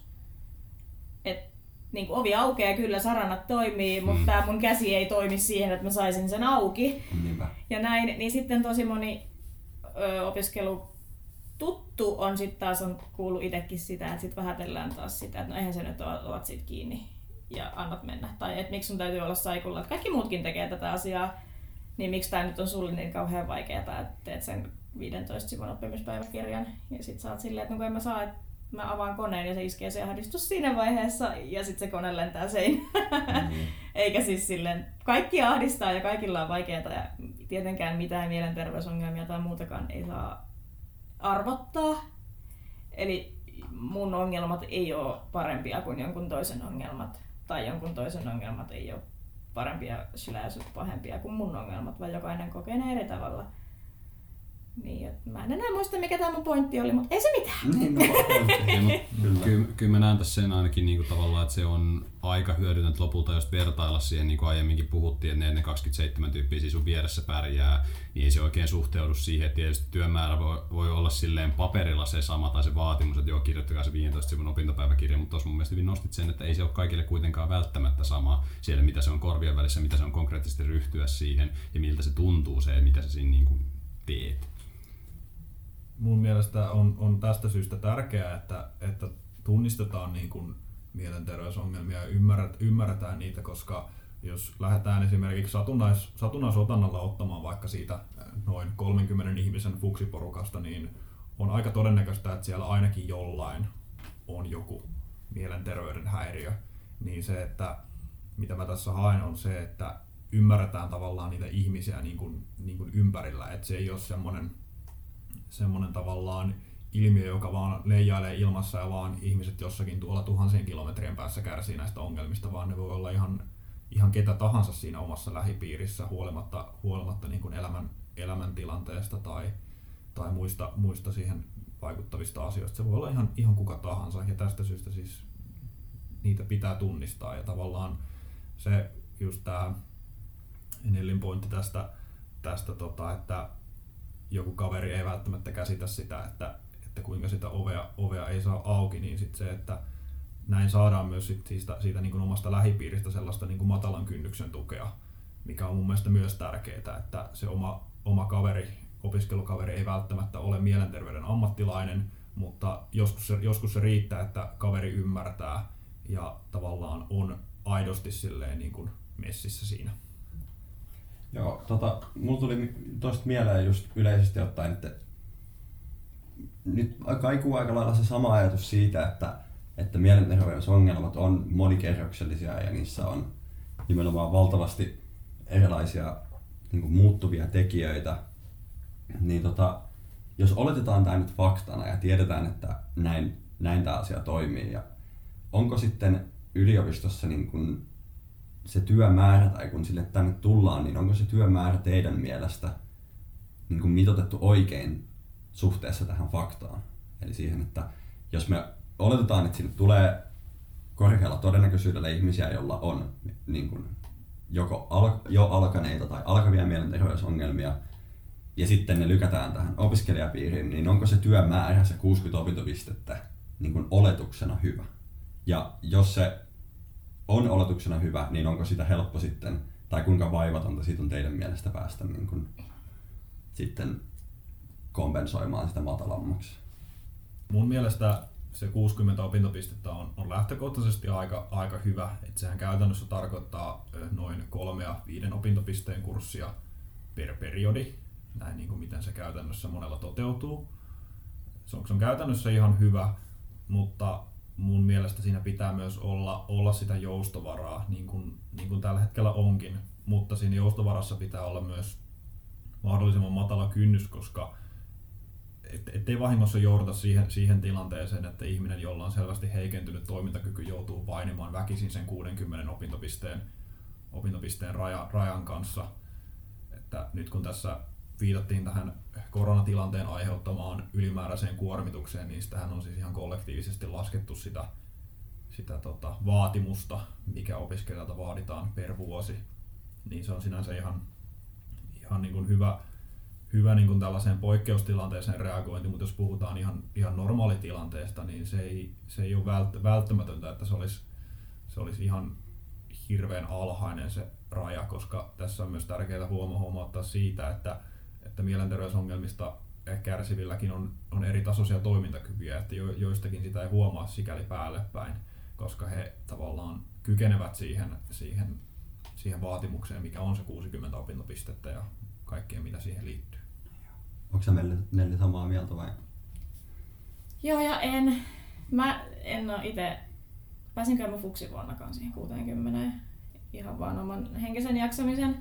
että niin ovi aukeaa kyllä, saranat toimii, mutta tää mun käsi ei toimi siihen, että mä saisin sen auki. Niinpä. Ja näin, niin sitten tosi moni ö, opiskelu tuttu on sitten taas on kuullut itsekin sitä, että sit vähätellään taas sitä, että no eihän se nyt ovat sit kiinni ja annat mennä. Tai että miksi sun täytyy olla saikulla, että kaikki muutkin tekee tätä asiaa, niin miksi tää nyt on sulle niin kauhean vaikeaa, että teet sen viidentoista sivun oppimispäiväkirjan ja sit sä oot silleen, että no kun en mä saa, että mä avaan koneen ja se iskee se ahdistus siinä vaiheessa ja sit se kone lentää seinään. Mm-hmm. Eikä siis silleen, kaikki ahdistaa ja kaikilla on vaikeaa ja tietenkään mitään mielenterveysongelmia tai muutakaan ei saa arvottaa. Eli mun ongelmat ei ole parempia kuin jonkun toisen ongelmat tai jonkun toisen ongelmat ei ole parempia slash pahempia kuin mun ongelmat, vaan jokainen kokee ne eri tavalla. Niin, mä en enää muista mikä tämä mun pointti oli, mutta ei se mitään. Niin, no, kyllä. Kyllä, kyllä mä näen tässä sen ainakin niin kuin tavallaan, että se on aika hyödytöntä lopulta, jos vertailla siihen, niin kuin aiemminkin puhuttiin, että ne, ne kaksikymmentäseitsemän tyyppiä siis sun vieressä pärjää, niin ei se oikein suhteudu siihen, että tietysti työmäärä voi, voi olla silleen paperilla se sama tai se vaatimus, että joo, kirjoittakaa se viisitoista sivun opintopäiväkirja, mutta tuossa mun mielestä hyvin nostit sen, että ei se ole kaikille kuitenkaan välttämättä sama siellä, mitä se on korvien välissä, mitä se on konkreettisesti ryhtyä siihen ja miltä se tuntuu se, mitä sä siinä niin kuin teet. Mun mielestä on, on tästä syystä tärkeää, että, että tunnistetaan niin kuin mielenterveysongelmia ja ymmärrät, ymmärretään niitä, koska jos lähdetään esimerkiksi satunnais, satunnaisotannalla ottamaan vaikka siitä noin kolmenkymmenen ihmisen fuksiporukasta, niin on aika todennäköistä, että siellä ainakin jollain on joku mielenterveyden häiriö. Niin se, että mitä mä tässä haen, on se, että ymmärretään tavallaan niitä ihmisiä niin kuin, niin kuin ympärillä, että se ei ole semmoinen semmoinen tavallaan ilmiö, joka vaan leijailee ilmassa ja vaan ihmiset jossakin tuolla tuhansien kilometrien päässä kärsii näistä ongelmista, vaan ne voi olla ihan, ihan ketä tahansa siinä omassa lähipiirissä huolimatta, huolimatta niin kuin elämän, elämäntilanteesta tai, tai muista, muista siihen vaikuttavista asioista. Se voi olla ihan, ihan kuka tahansa ja tästä syystä siis niitä pitää tunnistaa ja tavallaan se just tämä Nellin pointti tästä, tästä tota, että joku kaveri ei välttämättä käsitä sitä, että, että kuinka sitä ovea, ovea ei saa auki, niin sit se, että näin saadaan myös sit siitä, siitä niin kuin omasta lähipiiristä sellaista niin kuin matalan kynnyksen tukea, mikä on mun mielestä myös tärkeää, että se oma, oma kaveri, opiskelukaveri ei välttämättä ole mielenterveyden ammattilainen, mutta joskus se, joskus se riittää, että kaveri ymmärtää ja tavallaan on aidosti silleen niin kuin messissä siinä. Joo, tota, mulla tuli tosta mieleen just yleisesti ottaen, että nyt kaikuu aika lailla se sama ajatus siitä, että, että mielenterveysongelmat on monikerroksellisia ja niissä on nimenomaan valtavasti erilaisia niin kuin muuttuvia tekijöitä. Niin tota, jos oletetaan tämä nyt faktana ja tiedetään, että näin, näin tämä asia toimii, ja onko sitten yliopistossa niin kuin se työmäärä tai kun sille tänne tullaan, niin onko se työmäärä teidän mielestä niin kuin mitoitettu oikein suhteessa tähän faktaan? Eli siihen, että jos me oletetaan, että sinne tulee korkealla todennäköisyydellä ihmisiä, joilla on niin kuin joko al- jo alkaneita tai alkavia mielenterveysongelmia, ja sitten ne lykätään tähän opiskelijapiiriin, niin onko se työmäärä, se kuusikymmentä opintopistettä, niin kuin oletuksena hyvä? Ja jos se on oletuksena hyvä, niin onko sitä helppo sitten, tai kuinka vaivatonta siitä on teidän mielestä päästä niin kuin, sitten kompensoimaan sitä matalammaksi? Mun mielestä se kuusikymmentä opintopistettä on, on lähtökohtaisesti aika, aika hyvä. Et sehän käytännössä tarkoittaa noin kolme ja viiden opintopisteen kurssia per periodi, näin niin kuin miten se käytännössä monella toteutuu. Se on, se on käytännössä ihan hyvä, mutta mun mielestä siinä pitää myös olla, olla sitä joustovaraa, niin kuin, niin kuin tällä hetkellä onkin, mutta siinä joustovarassa pitää olla myös mahdollisimman matala kynnys, koska et, ettei vahingossa jouduta siihen, siihen tilanteeseen, että ihminen, jolla on selvästi heikentynyt toimintakyky, joutuu painimaan väkisin sen kuudenkymmenen opintopisteen, opintopisteen raja, rajan kanssa. Että nyt kun tässä viitattiin tähän koronatilanteen aiheuttamaan ylimääräiseen kuormitukseen, niin sitähän on siis ihan kollektiivisesti laskettu sitä, sitä tota, vaatimusta, mikä opiskelijalta vaaditaan per vuosi. Niin se on sinänsä ihan, ihan niin kuin hyvä, hyvä niin kuin tällaiseen poikkeustilanteeseen reagointi, mutta jos puhutaan ihan, ihan normaalitilanteesta, niin se ei, se ei ole välttämätöntä, että se olisi, se olisi ihan hirveän alhainen se raja, koska tässä on myös tärkeää huomauttaa siitä, että että mielenterveysongelmista kärsivilläkin on, on eri tasoisia toimintakykyjä, että jo, joistakin sitä ei huomaa sikäli päälle päin, koska he tavallaan kykenevät siihen, siihen, siihen vaatimukseen, mikä on se kuusikymmentä opintopistettä ja kaikkea, mitä siihen liittyy. Onko sä Nelli samaa mieltä vai? Joo ja en. Mä en ole itse, pääsinkö mä fuksivuonnakaan siihen kuuteenkymmeneen ihan vaan oman henkisen jaksamisen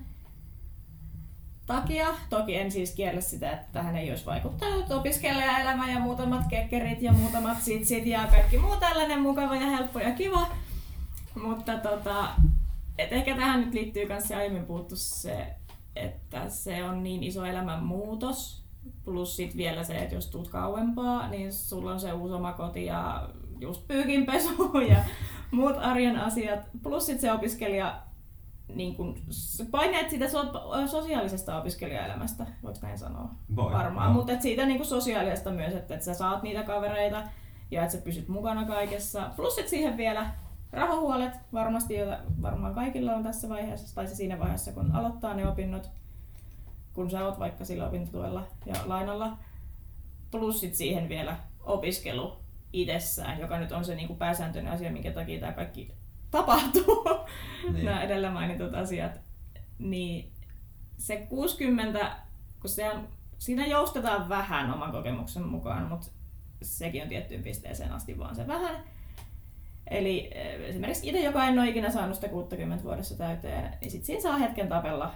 takia. Toki en siis kiellä sitä, että tähän ei olisi vaikuttanut opiskelijaelämä ja muutamat kekkerit ja muutamat sitsit ja kaikki muu tällainen mukava ja helppo ja kiva. Mutta tota, et ehkä tähän nyt liittyy myös se aiemmin puhuttu se, että se on niin iso elämänmuutos. Plus sit vielä se, että jos tuut kauempaa, niin sulla on se uusi oma koti ja just pyykinpesu ja muut arjen asiat. Plus sit se opiskelija niin kun paineet siitä so- sosiaalisesta opiskelijaelämästä, voiko näin sanoa? Voi, varmaan, mutta siitä niin sosiaalisesta myös, että et sä saat niitä kavereita ja että sä pysyt mukana kaikessa. Plus et siihen vielä rahahuolet varmasti, joita varmaan kaikilla on tässä vaiheessa, tai se siinä vaiheessa kun aloittaa ne opinnot, kun sä oot vaikka sillä opintotuella ja lainalla. Plus sit siihen vielä opiskelu itsessään, joka nyt on se niin kuin pääsääntöinen asia, minkä takia tämä kaikki tapahtuu, niin. Nämä edellä mainitut asiat, niin se kuusikymmentä, kun se on, siinä joustetaan vähän oman kokemuksen mukaan, mutta sekin on tiettyyn pisteeseen asti vaan se vähän. Eli esimerkiksi itse, joka en ole ikinä saanut sitä kuusikymmentä vuodessa täyteen, niin sit siinä saa hetken tapella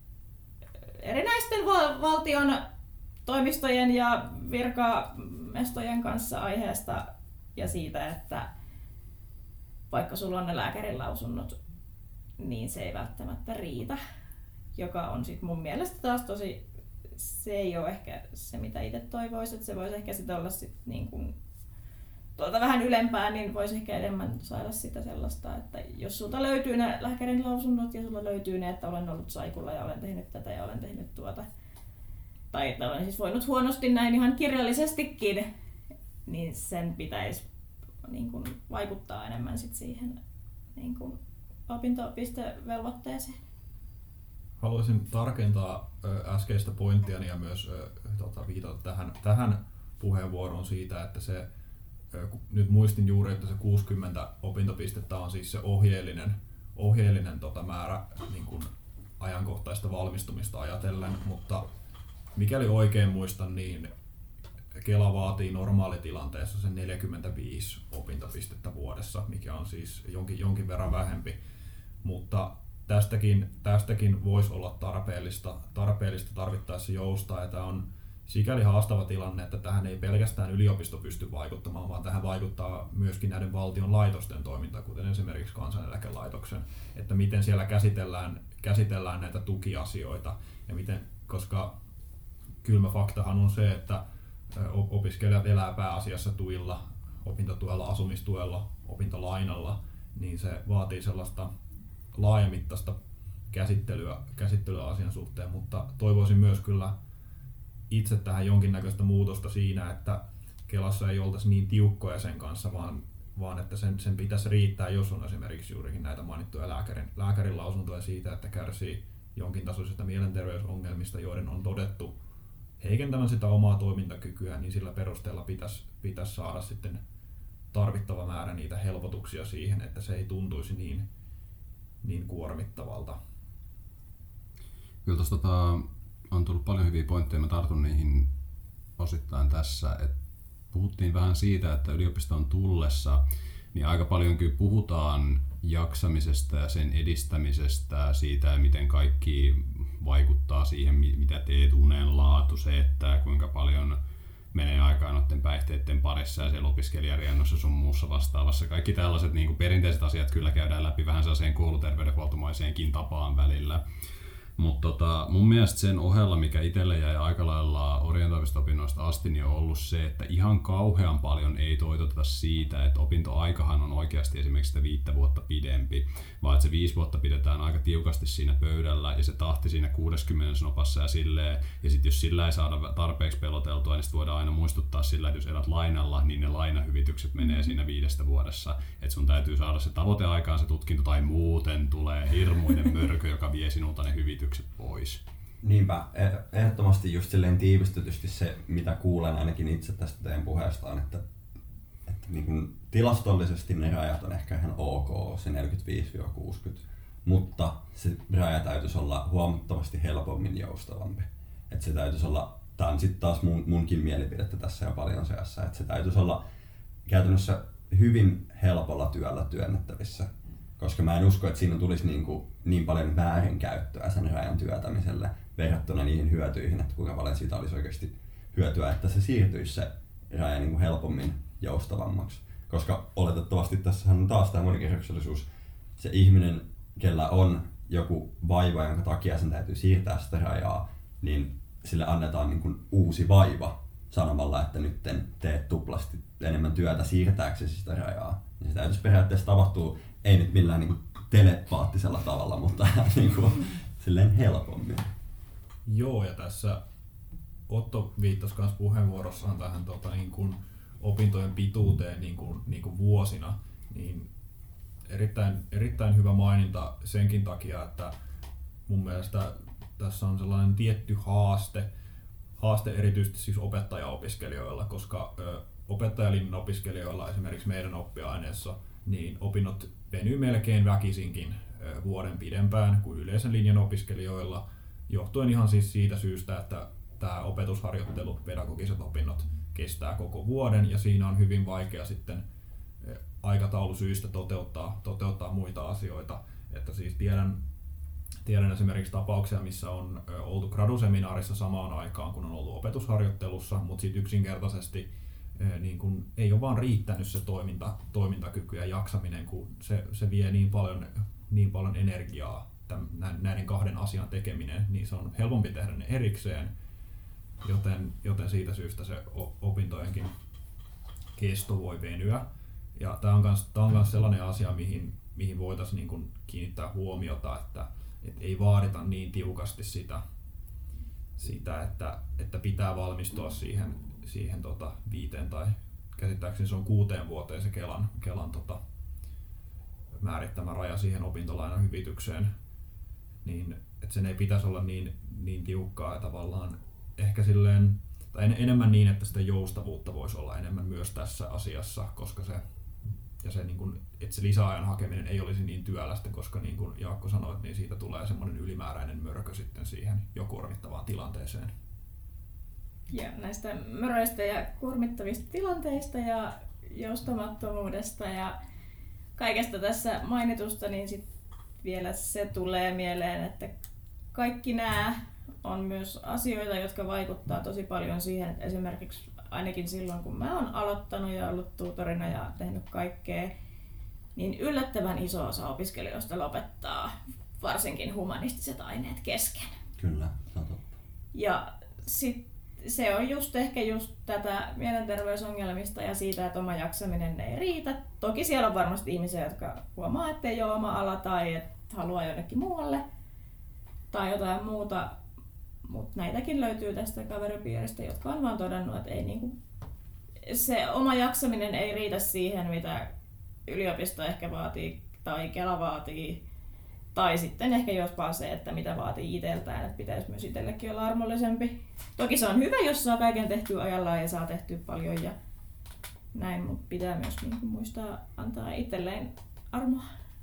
erinäisten val- valtion toimistojen ja virkamestojen kanssa aiheesta ja siitä, että vaikka sulla on ne lääkärin lausunnot, niin se ei välttämättä riitä. Joka on sit mun mielestä taas tosi, se ei ole ehkä se mitä itse toivoisi, että se voisi ehkä sit olla sit niin kuin tuolta vähän ylempää, niin voisi ehkä enemmän saada sitä sellaista, että jos sulta löytyy ne lääkärin lausunnot ja sulla löytyy ne, että olen ollut saikulla ja olen tehnyt tätä ja olen tehnyt tuota, tai että olen siis voinut huonosti näin ihan kirjallisestikin, niin sen pitäisi niin kuin vaikuttaa enemmän sit siihen niin kuin opintopistevelvoitteeseen. Haluaisin tarkentaa ö, äskeistä pointtiani ja myös ö, tota, viitata tähän, tähän puheenvuoroon siitä, että se ö, nyt muistin juuri, että se kuusikymmentä opintopistettä on siis se ohjeellinen, ohjeellinen tota, määrä niin kuin ajankohtaista valmistumista ajatellen, mutta mikäli oikein muistan, niin Kela vaatii normaalitilanteessa sen neljäkymmentäviisi opintopistettä vuodessa, mikä on siis jonkin, jonkin verran vähempi, mutta tästäkin, tästäkin voisi olla tarpeellista, tarpeellista tarvittaessa joustaa, ja tämä on, sikäli haastava tilanne, että tähän ei pelkästään yliopisto pysty vaikuttamaan, vaan tähän vaikuttaa myöskin näiden valtion laitosten toiminta, kuten esimerkiksi Kansaneläkelaitoksen, että miten siellä käsitellään, käsitellään näitä tukiasioita, ja miten, koska kylmä faktahan on se, että opiskelijat elää pääasiassa tuilla, opintotuella, asumistuella, opintolainalla, niin se vaatii sellaista laajamittaista käsittelyä, käsittelyä asian suhteen, mutta toivoisin myös kyllä itse tähän jonkinnäköistä muutosta siinä, että Kelassa ei oltaisi niin tiukkoja sen kanssa, vaan, vaan että sen, sen pitäisi riittää, jos on esimerkiksi juurikin näitä mainittuja lääkärin, lääkärin lausuntoja siitä, että kärsii jonkin tasoisista mielenterveysongelmista, joiden on todettu heikentävän sitä omaa toimintakykyä, niin sillä perusteella pitäisi, pitäisi saada sitten tarvittava määrä niitä helpotuksia siihen, että se ei tuntuisi niin, niin kuormittavalta. Kyllä tuossa tota, on tullut paljon hyviä pointteja, mä tartun niihin osittain tässä. Et puhuttiin vähän siitä, että yliopistoon tullessa niin aika paljon kyllä puhutaan jaksamisesta ja sen edistämisestä, siitä miten kaikki vaikuttaa siihen, mitä teet, unen laatu, se, että kuinka paljon menee aikaa noiden päihteiden parissa ja siellä opiskelijariennossa sun muussa vastaavassa. Kaikki tällaiset niin kuin perinteiset asiat kyllä käydään läpi vähän sellaiseen kouluterveydenhuoltomaiseenkin tapaan välillä. Mutta tota, mun mielestä sen ohella, mikä itselle jäi aika lailla orientoivista opinnoista asti, niin on ollut se, että ihan kauhean paljon ei toitoteta siitä, että opintoaikahan on oikeasti esimerkiksi sitä viittä vuotta pidempi, vaan että se viisi vuotta pidetään aika tiukasti siinä pöydällä ja se tahti siinä kuusikymmentä nopassa ja silleen, ja sitten jos sillä ei saada tarpeeksi peloteltua, niin sitten voidaan aina muistuttaa sillä, että jos elät lainalla, niin ne lainahyvitykset menee siinä viidestä vuodessa, että sun täytyy saada se tavoiteaikaan se tutkinto tai muuten tulee hirmuinen mörkö, joka vie sinulta ne hyvitykset pois. Niinpä, ehdottomasti just silleen tiivistetysti se, mitä kuulen ainakin itse tästä teidän puheestaan, että, että niin kuin tilastollisesti ne rajat on ehkä ihan ok, se neljäkymmentäviisi kuusikymmentä, mutta se raja täytyisi olla huomattavasti helpommin joustavampi. Että se täytyisi olla, tämä on sitten taas mun, munkin mielipidettä tässä jo paljon seassa, että se täytyisi olla käytännössä hyvin helpolla työllä työnnettävissä. Koska mä en usko, että siinä tulisi niin, kuin, niin paljon väärinkäyttöä sen rajan työtämiselle verrattuna niihin hyötyihin, että kuinka paljon siitä olisi oikeasti hyötyä, että se siirtyisi se raja niin kuin helpommin joustavammaksi. Koska oletettavasti tässähän on taas tämä monikerroksellisuus. Se ihminen, kellä on joku vaiva, jonka takia sen täytyy siirtää sitä rajaa, niin sille annetaan niin kuin uusi vaiva sanomalla, että nyt teet tuplasti enemmän työtä siirtääksesi sitä rajaa. Niin se täytyisi periaatteessa tapahtua ei nyt millään niin kuin telepaattisella tavalla, mutta niin kuin, silleen helpommin. Joo, ja tässä Otto viittasi myös puheenvuorossaan tähän tota, niin kuin opintojen pituuteen niin kuin, niin kuin vuosina, niin erittäin, erittäin hyvä maininta senkin takia, että mun mielestä tässä on sellainen tietty haaste, haaste erityisesti siis opettajaopiskelijoilla, koska ö, opettajalinjan opiskelijoilla esimerkiksi meidän oppiaineessa niin opinnot venyy melkein väkisinkin vuoden pidempään kuin yleisen linjan opiskelijoilla, johtuen ihan siis siitä syystä, että tämä opetusharjoittelu, pedagogiset opinnot kestää koko vuoden ja siinä on hyvin vaikea sitten aikataulusyistä toteuttaa, toteuttaa muita asioita. Että siis tiedän, tiedän esimerkiksi tapauksia, missä on oltu graduseminaarissa samaan aikaan, kun on ollut opetusharjoittelussa, mutta sitten yksinkertaisesti niin kun ei ole vaan riittänyt se toiminta, toimintakyky ja jaksaminen, kun se, se vie niin paljon, niin paljon energiaa tämän, näiden kahden asian tekeminen, niin se on helpompi tehdä ne erikseen, joten, joten siitä syystä se opintojenkin kesto voi venyä. Ja tämä on myös tämä on myös sellainen asia, mihin, mihin voitaisiin niin kun kiinnittää huomiota, että, että ei vaadita niin tiukasti sitä, sitä että, että pitää valmistua siihen siihen tota, viiteen tai käsittääkseni se on kuuteen vuoteen se Kelan, Kelan tota, määrittämä raja siihen opintolainan hyvitykseen, niin että sen ei pitäisi olla niin, niin tiukkaa ja tavallaan ehkä silleen, tai en, enemmän niin, että sitä joustavuutta voisi olla enemmän myös tässä asiassa, koska se, ja se, niin kun, että se lisäajan hakeminen ei olisi niin työlästä, koska niin kuin Jaakko sanoi, niin siitä tulee semmoinen ylimääräinen mörkö sitten siihen jo kuormittavaan tilanteeseen. Ja näistä möröistä ja kuormittavista tilanteista ja joustamattomuudesta ja kaikesta tässä mainitusta, niin sit vielä se tulee mieleen, että kaikki nämä on myös asioita, jotka vaikuttaa tosi paljon siihen, että esimerkiksi ainakin silloin, kun mä oon aloittanut ja ollut tutorina ja tehnyt kaikkea, niin yllättävän iso osa opiskelijoista lopettaa varsinkin humanistiset aineet kesken. Kyllä, se on totta. Ja sit se on just ehkä just tätä mielenterveysongelmista ja siitä, että oma jaksaminen ei riitä. Toki siellä on varmasti ihmisiä, jotka huomaa, että ei ole oma ala tai että haluaa jonnekin muualle tai jotain muuta. Mutta näitäkin löytyy tästä kaveripiiristä, jotka on vaan todennut, että ei niinku, se oma jaksaminen ei riitä siihen, mitä yliopisto ehkä vaatii tai Kela vaatii. Tai sitten ehkä jopa se, että mitä vaatii itseltään, että pitäisi myös itsellekin olla armollisempi. Toki se on hyvä, jos saa kaiken tehtyä ajallaan ja saa tehtyä paljon ja näin, mutta pitää myös niin kuin muistaa antaa itselleen armoa.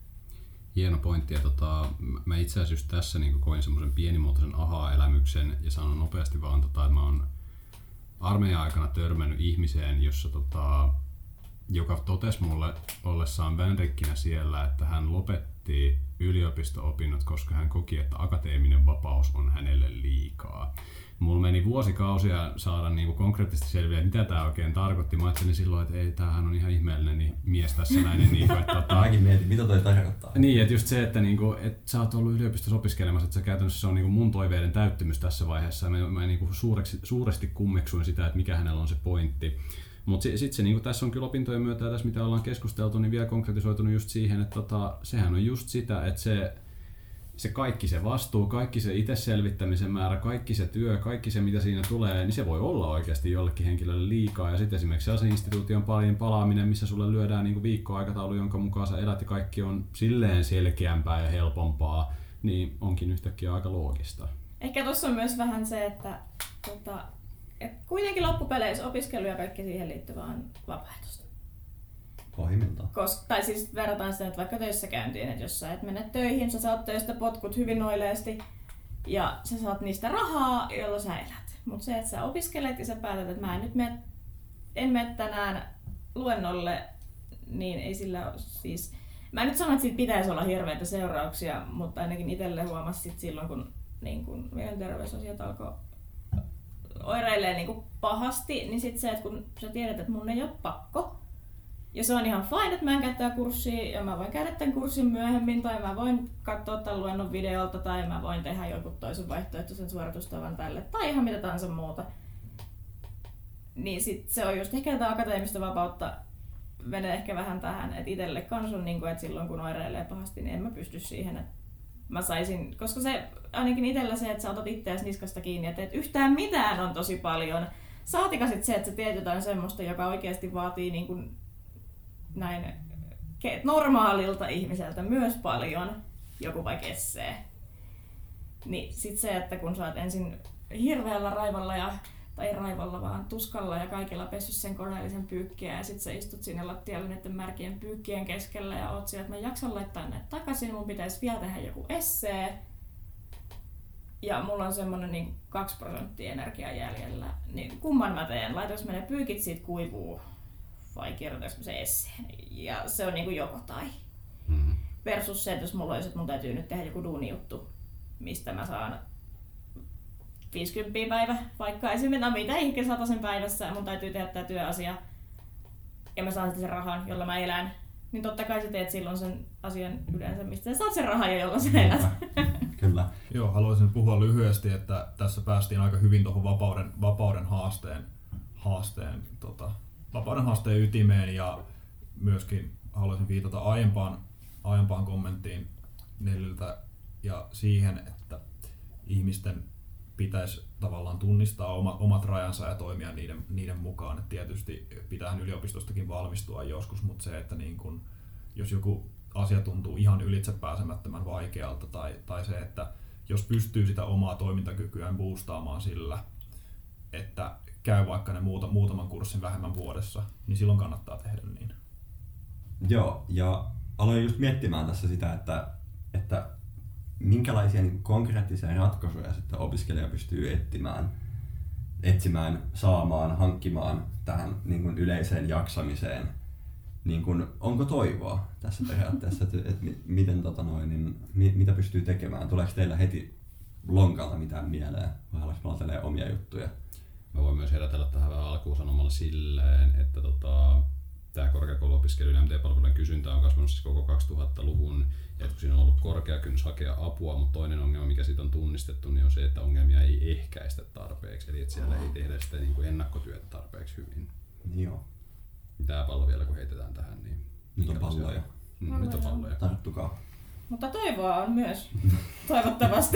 Hieno pointti. Ja tota, mä itse asiassa tässä niin koin semmoisen pienimuotoisen aha-elämyksen ja sanon nopeasti vaan, tota, että mä oon armeijan aikana törmännyt ihmiseen, jossa, tota, joka totesi mulle ollessaan vänrikkinä siellä, että hän lopetti yliopisto-opinnot, koska hän koki, että akateeminen vapaus on hänelle liikaa. Mulla meni vuosikausia saada niinku konkreettisesti selviä, mitä tämä oikein tarkoitti. Mä ajattelin silloin, että ei, tämähän on ihan ihmeellinen niin mies tässä näin. Niin, että, tota, Mäkin mietin, mitä toi tarkoittaa. Niin, että just se, että, niinku, että sä oot ollut yliopistossa opiskelemassa, että se käytännössä se on niinku mun toiveiden täyttymys tässä vaiheessa. Mä, mä niinku suureksi, suuresti kummeksuin sitä, että mikä hänellä on se pointti. Mutta sitten se, niinku, tässä on kyllä opintojen myötä ja tässä mitä ollaan keskusteltu, niin vielä konkretisoitunut just siihen, että tota, sehän on just sitä, että se, se kaikki se vastuu, kaikki se itse selvittämisen määrä, kaikki se työ, kaikki se mitä siinä tulee, niin se voi olla oikeasti jollekin henkilölle liikaa. Ja sitten esimerkiksi sellaisen instituution paljon palaaminen, missä sulle lyödään niinku viikkoaikataulu, jonka mukaan sä elät ja kaikki on silleen selkeämpää ja helpompaa, niin onkin yhtäkkiä aika loogista. Ehkä tuossa on myös vähän se, että tota, et kuitenkin loppupeleissä opiskelu ja kaikki siihen liittyvä on vapaaehtoista. Pohjimmiltaan. Koska, tai siis verrataan sitä, että vaikka töissä käyntiin, että jos sä et mene töihin, sä saat töistä potkut hyvin noileesti ja sä saat niistä rahaa, jolla sä elät. Mutta se, että sä opiskelet ja sä päätät, että mä en nyt mene, en mene tänään luennolle, niin ei sillä ole siis... Mä en nyt sano, että siitä pitäisi olla hirveitä seurauksia, mutta ainakin itselle huomasi sit silloin, kun, niin kun mielenterveysasiat alkoi oireilee niin kuin pahasti, niin sit se, että kun sä tiedät, että mun ei ole pakko, ja se on ihan fine, että mä en käy tää kurssia, ja mä voin käydä tämän kurssin myöhemmin, tai mä voin katsoa tämän luennon videolta, tai mä voin tehdä jonkun toisen vaihtoehtoisen suoritustavan tälle, tai ihan mitä tahansa muuta. Niin sit se on just ehkä tätä akateemista vapautta menee ehkä vähän tähän, että itselle kans on niin kuin, että silloin kun oireilee pahasti, niin en mä pysty siihen, että mä saisin, koska se ainakin itsellä se, että sä otat itseäsi niskasta kiinni ja teet yhtään mitään on tosi paljon. Saatika sit se, että sä teet jotain semmoista, joka oikeasti vaatii niin kuin näin normaalilta ihmiseltä myös paljon, joku vaikka essee. Niin sit se, että kun sä oot ensin hirveällä raivalla ja tai raivolla vaan tuskalla ja kaikilla pessy sen koneellisen pyykkiä ja sit sä istut sinne lattialle näiden märkien pyykkien keskellä ja oot siellä, että mä jaksan laittaa näitä takaisin, mun pitäisi vielä tehdä joku essee. Ja mulla on semmonen niin kaksi prosenttia energiaa jäljellä, niin kumman mä teen? Laitanko mä ne pyykit siitä kuivuu vai kirjoitanko mä se esseen? Ja se on niin kuin joko tai. Mm-hmm. Versus se, että jos mulla olisi, että mun täytyy nyt tehdä joku duunijuttu, mistä mä saan viisikymmentä päivä, vaikka esimerkiksi mitä ikinä satasen päivässä, mun täytyy tehdä tää työasia ja mä saan sitten sen rahan, jolla mä elän, niin totta kai sä teet silloin sen asian yleensä, mistä sä saat sen rahan ja jolla sä elät. Kyllä. Joo, haluaisin puhua lyhyesti, että tässä päästiin aika hyvin tuohon vapauden, vapauden haasteen, haasteen, tota, vapauden haasteen ytimeen ja myöskin haluaisin viitata aiempaan, aiempaan kommenttiin Nelliltä ja siihen, että ihmisten pitäisi tavallaan tunnistaa oma, omat rajansa ja toimia niiden, niiden mukaan. Et tietysti pitäähän yliopistostakin valmistua joskus, mutta se, että niin kun, jos joku asia tuntuu ihan ylitsepääsemättömän vaikealta tai, tai se, että jos pystyy sitä omaa toimintakykyään boostaamaan sillä, että käy vaikka ne muuta, muutaman kurssin vähemmän vuodessa, niin silloin kannattaa tehdä niin. Joo, ja aloin just miettimään tässä sitä, että, että minkälaisia niin konkreettisia ratkaisuja sitten opiskelija pystyy etsimään, etsimään, saamaan, hankkimaan tähän niin kuin yleiseen jaksamiseen. Niin kuin, onko toivoa tässä periaatteessa, että, että miten, tota noin, niin, mitä pystyy tekemään? Tuleeko teillä heti lonkalta mitään mieleen, vai alas mulla telee omia juttuja. Mä voin myös herätellä tähän vähän alkuun sanomalla silleen, että tota, tämä korkeakouluopiskelijoiden M T-palveluiden kysyntä on kasvanut siis koko kaksituhattaluvun, ja kun siinä on ollut korkea kynnys hakea apua, mutta toinen ongelma, mikä siitä on tunnistettu, niin on se, että ongelmia ei ehkäistä tarpeeksi, eli että siellä ei tehdä sitä niin kuin ennakkotyötä tarpeeksi hyvin. Joo. Tämä pallo vielä, kun heitetään tähän, niin... Nyt on palloja. Mm, nyt on palloja. Tarttukaa. Mutta toivoa on myös, toivottavasti.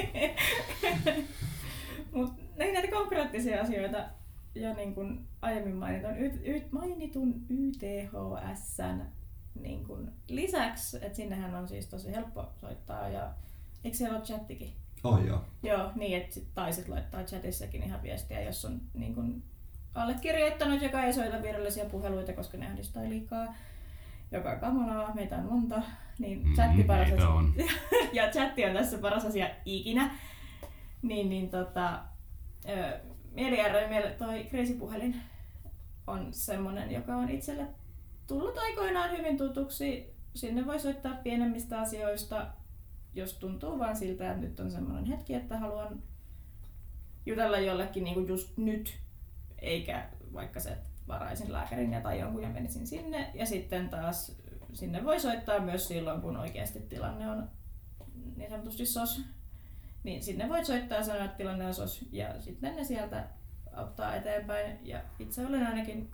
Mutta näitä konkreettisia asioita jo niin kuin aiemmin mainitun, y, y, mainitun Y T H S:n niin kuin lisäksi, että sinnehän on siis tosi helppo soittaa ja eikö siellä ole chattikin? Oh, joo. Joo, niin että sit taisit laittaa chatissakin ihan viestiä, jos on niin kuin allekirjoittanut, joka ei soita virallisia puheluita, koska ne ahdistaa liikaa. Joka on kamalaa, meitä on monta, niin Mm, chatti paras meitä asia. on. Ja chatti on tässä paras asia ikinä. Niin, niin tota, Mieli ry, toi Crazy-puhelin on semmonen, joka on itselle tullut aikoinaan hyvin tutuksi. Sinne voi soittaa pienemmistä asioista, jos tuntuu vaan siltä, että nyt on semmoinen hetki, että haluan jutella jollekin niin kuin just nyt, eikä vaikka se, että varaisin lääkärin ja tai jonkun ja menisin sinne. Ja sitten taas sinne voi soittaa myös silloin, kun oikeasti tilanne on niin sanotusti sos. Niin sinne voit soittaa ja sanoa, että tilanne on sos, ja sitten ne sieltä auttaa eteenpäin. Ja itse olen ainakin,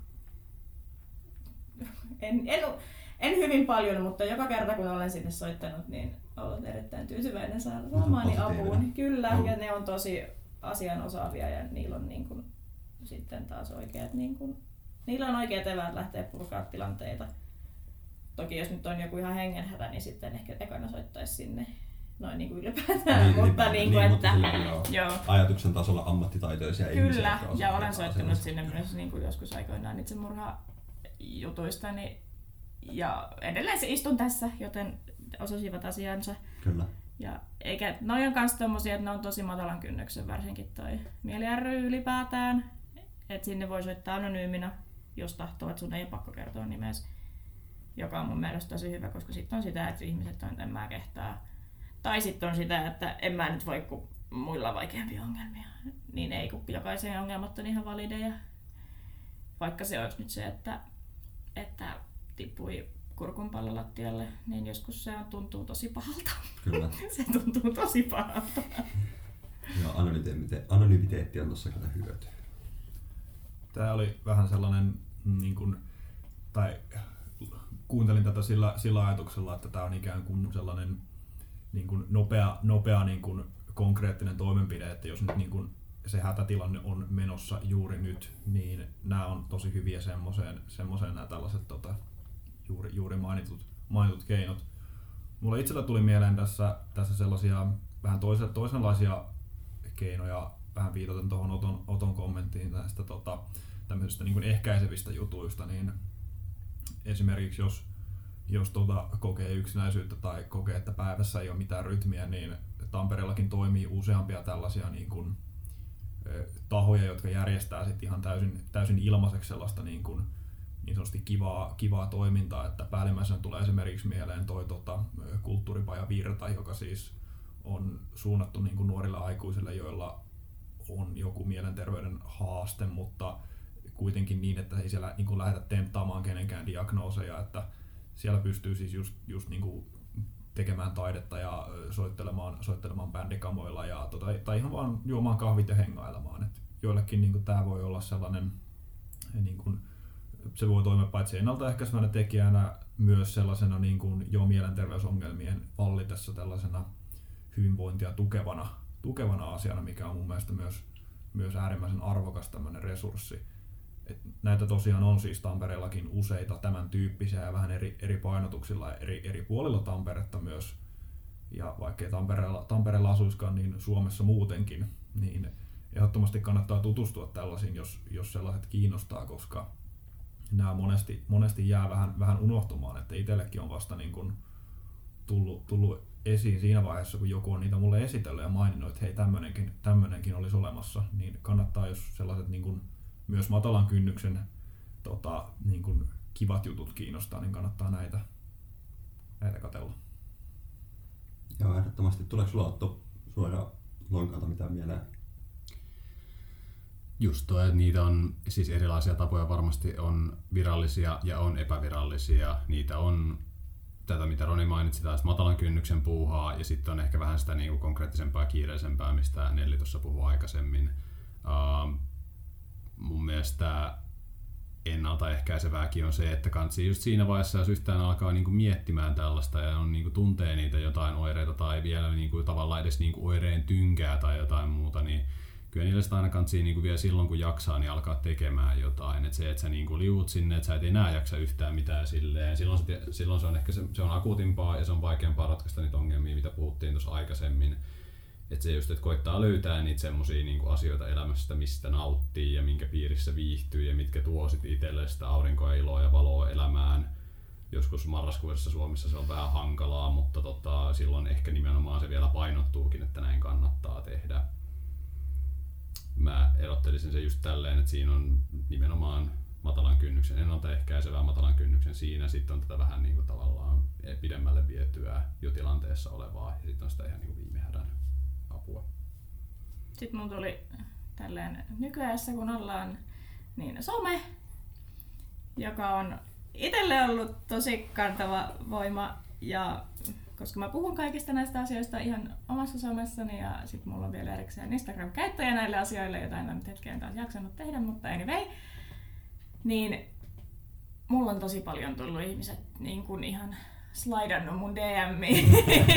en, en, en hyvin paljon, mutta joka kerta kun olen sinne soittanut, niin olen erittäin tyytyväinen saamaani apuun. Kyllä, no. Ja ne on tosi asian osaavia ja niillä on niin kuin, sitten taas oikeat, niin kuin, niillä on oikeat eväät lähteä purkaa tilanteita. Toki jos nyt on joku ihan hengenhätä, niin sitten ehkä ekana soittaisi sinne. Noin niin kuin ylipäätään, niin, mutta niin kuin, niin, että mutta joo, joo. Ajatuksen tasolla ammattitaitoisia kyllä, ihmisiä. Kyllä, ja olen soittanut sinne myös niin kuin joskus aikoinaan itsemurha-jutuistani. Ja edelleen se istun tässä, joten osasivat asiansa. Kyllä. Ja eikä, noi on kans tommosia, että ne on tosi matalan kynnyksen, varsinkin toi Mieli ry ylipäätään. Että sinne voi soittaa anonyyminä, jos tahtoo, että sun ei ole pakko kertoa nimesi. Joka on mun mielestä tosi hyvä, koska sitten on sitä, että ihmiset on, että en mä kehtaa. Tai sitten on sitä, että en mä nyt voi, kun muilla on vaikeampia ongelmia. Niin ei, kun jokaisen ongelmat on ihan valideja. Vaikka se olisi nyt se, että, että tippui kurkunpallo lattialle, niin joskus se tuntuu tosi pahalta. Kyllä. Se tuntuu tosi pahalta. Joo, anonymiteetti on tossa kyllä hyöty. Tää oli vähän sellainen, niin kuin, tai kuuntelin tätä sillä, sillä ajatuksella, että tää on ikään kuin sellainen niin kuin nopea, nopea niin kuin konkreettinen toimenpide, että jos nyt niin kuin se hätätilanne on menossa juuri nyt, niin nämä on tosi hyviä semmoiseen, semmoiseen nämä tällaiset tota, juuri, juuri mainitut, mainitut keinot. Mulla itsellä tuli mieleen tässä, tässä sellaisia vähän toisen, toisenlaisia keinoja, vähän viitaten tuohon Oton, Oton kommenttiin näistä tota, tämmöisistä niin kuin ehkäisevistä jutuista, niin esimerkiksi jos jos tuota kokee yksinäisyyttä tai kokee, että päivässä ei ole mitään rytmiä, niin Tampereellakin toimii useampia tällaisia niin kuin, ö, tahoja, jotka järjestää sit ihan täysin, täysin ilmaiseksi sellaista niin, kuin, niin sanotusti kivaa, kivaa toimintaa. Että päällimmäisenä tulee esimerkiksi mieleen toi tota, kulttuuripaja Virta, joka siis on suunnattu niin kuin nuorille aikuisille, joilla on joku mielenterveyden haaste, mutta kuitenkin niin, että ei siellä niin kuin lähdetä tenttaamaan kenenkään diagnooseja, että siellä pystyy siis just, just niinku tekemään taidetta ja soittelemaan, soittelemaan bändikamoilla ja tota, tai ihan vaan juomaan kahvit ja hengailemaan. Et joillekin niinku tää voi olla sellainen, niinku, se voi toimia paitsi ennaltaehkäisevänä tekijänä myös sellaisena niinku jo mielenterveysongelmien vallitessa tällaisena hyvinvointia tukevana, tukevana asiana, mikä on mun mielestä myös, myös äärimmäisen arvokas tämmöinen resurssi. Et näitä tosiaan on siis Tampereellakin useita tämän tyyppisiä ja vähän eri, eri painotuksilla eri, eri puolilla Tamperetta myös. Ja vaikkei Tampereella, Tampereella asuiskaan, niin Suomessa muutenkin, niin ehdottomasti kannattaa tutustua tällaisiin, jos, jos sellaiset kiinnostaa, koska nämä monesti, monesti jää vähän, vähän unohtumaan, että itsellekin on vasta niin kuin tullut, tullut esiin siinä vaiheessa, kun joku on niitä mulle esitellyt ja maininnut, että hei, tämmönenkin, tämmönenkin olisi olemassa, niin kannattaa, jos sellaiset niin kuin myös matalan kynnyksen tota, niin kuin kivat jutut kiinnostaa, niin kannattaa näitä, näitä katsella. Joo, ehdottomasti. Tuleeko sulla Otto suoraan lonkalta mitään mieleen? Just tuo, että niitä on siis erilaisia tapoja, varmasti on virallisia ja on epävirallisia. Niitä on tätä, mitä Roni mainitsi, taas matalan kynnyksen puuhaa, ja sitten on ehkä vähän sitä niinku konkreettisempaa ja kiireisempää, mistä Nelli tuossa puhui aikaisemmin. Uh, mun mielestä ennaltaehkäisevääkin on se, että kansi just siinä vaiheessa, jos yhtään alkaa niinku miettimään tällaista ja on niinku tuntee niitä jotain oireita tai vielä niinku tavallaan edes niinku oireen tynkää tai jotain muuta, niin kyllä niille sitä aina kansi niinku vielä silloin kun jaksaa, niin alkaa tekemään jotain. Et se, että sä niinku liuut sinne, että sä et enää jaksa yhtään mitään silleen, silloin se, silloin se on ehkä se, se on akuutimpaa ja se on vaikeampaa ratkaista niitä ongelmia, mitä puhuttiin tuossa aikaisemmin. Että se just, että koittaa löytää niitä semmosia niinku asioita elämästä, mistä nauttii ja minkä piirissä viihtyy ja mitkä tuo sit itselle sitä aurinkoa, iloa ja valoa elämään. Joskus marraskuisessa Suomessa se on vähän hankalaa, mutta tota, silloin ehkä nimenomaan se vielä painottuukin, että näin kannattaa tehdä. Mä erottelisin se just tälleen, että siinä on nimenomaan matalan kynnyksen, ennaltaehkäisevää matalan kynnyksen siinä, sitten on tätä vähän niinku tavallaan pidemmälle vietyä jo tilanteessa olevaa ja sitten on sitä ihan niinku viime hädän apua. Sitten mun tuli tälleen nykyajassa, kun ollaan, niin some, joka on itselle ollut tosi kantava voima, ja koska mä puhun kaikista näistä asioista ihan omassa somessani ja sit mulla on vielä erikseen Instagram-käyttäjä näille asioille, jota en ole nyt hetkeen taas jaksanut tehdä, mutta anyway, niin mulla on tosi paljon tullut ihmiset niin kuin ihan slaidannut mun D M:iin.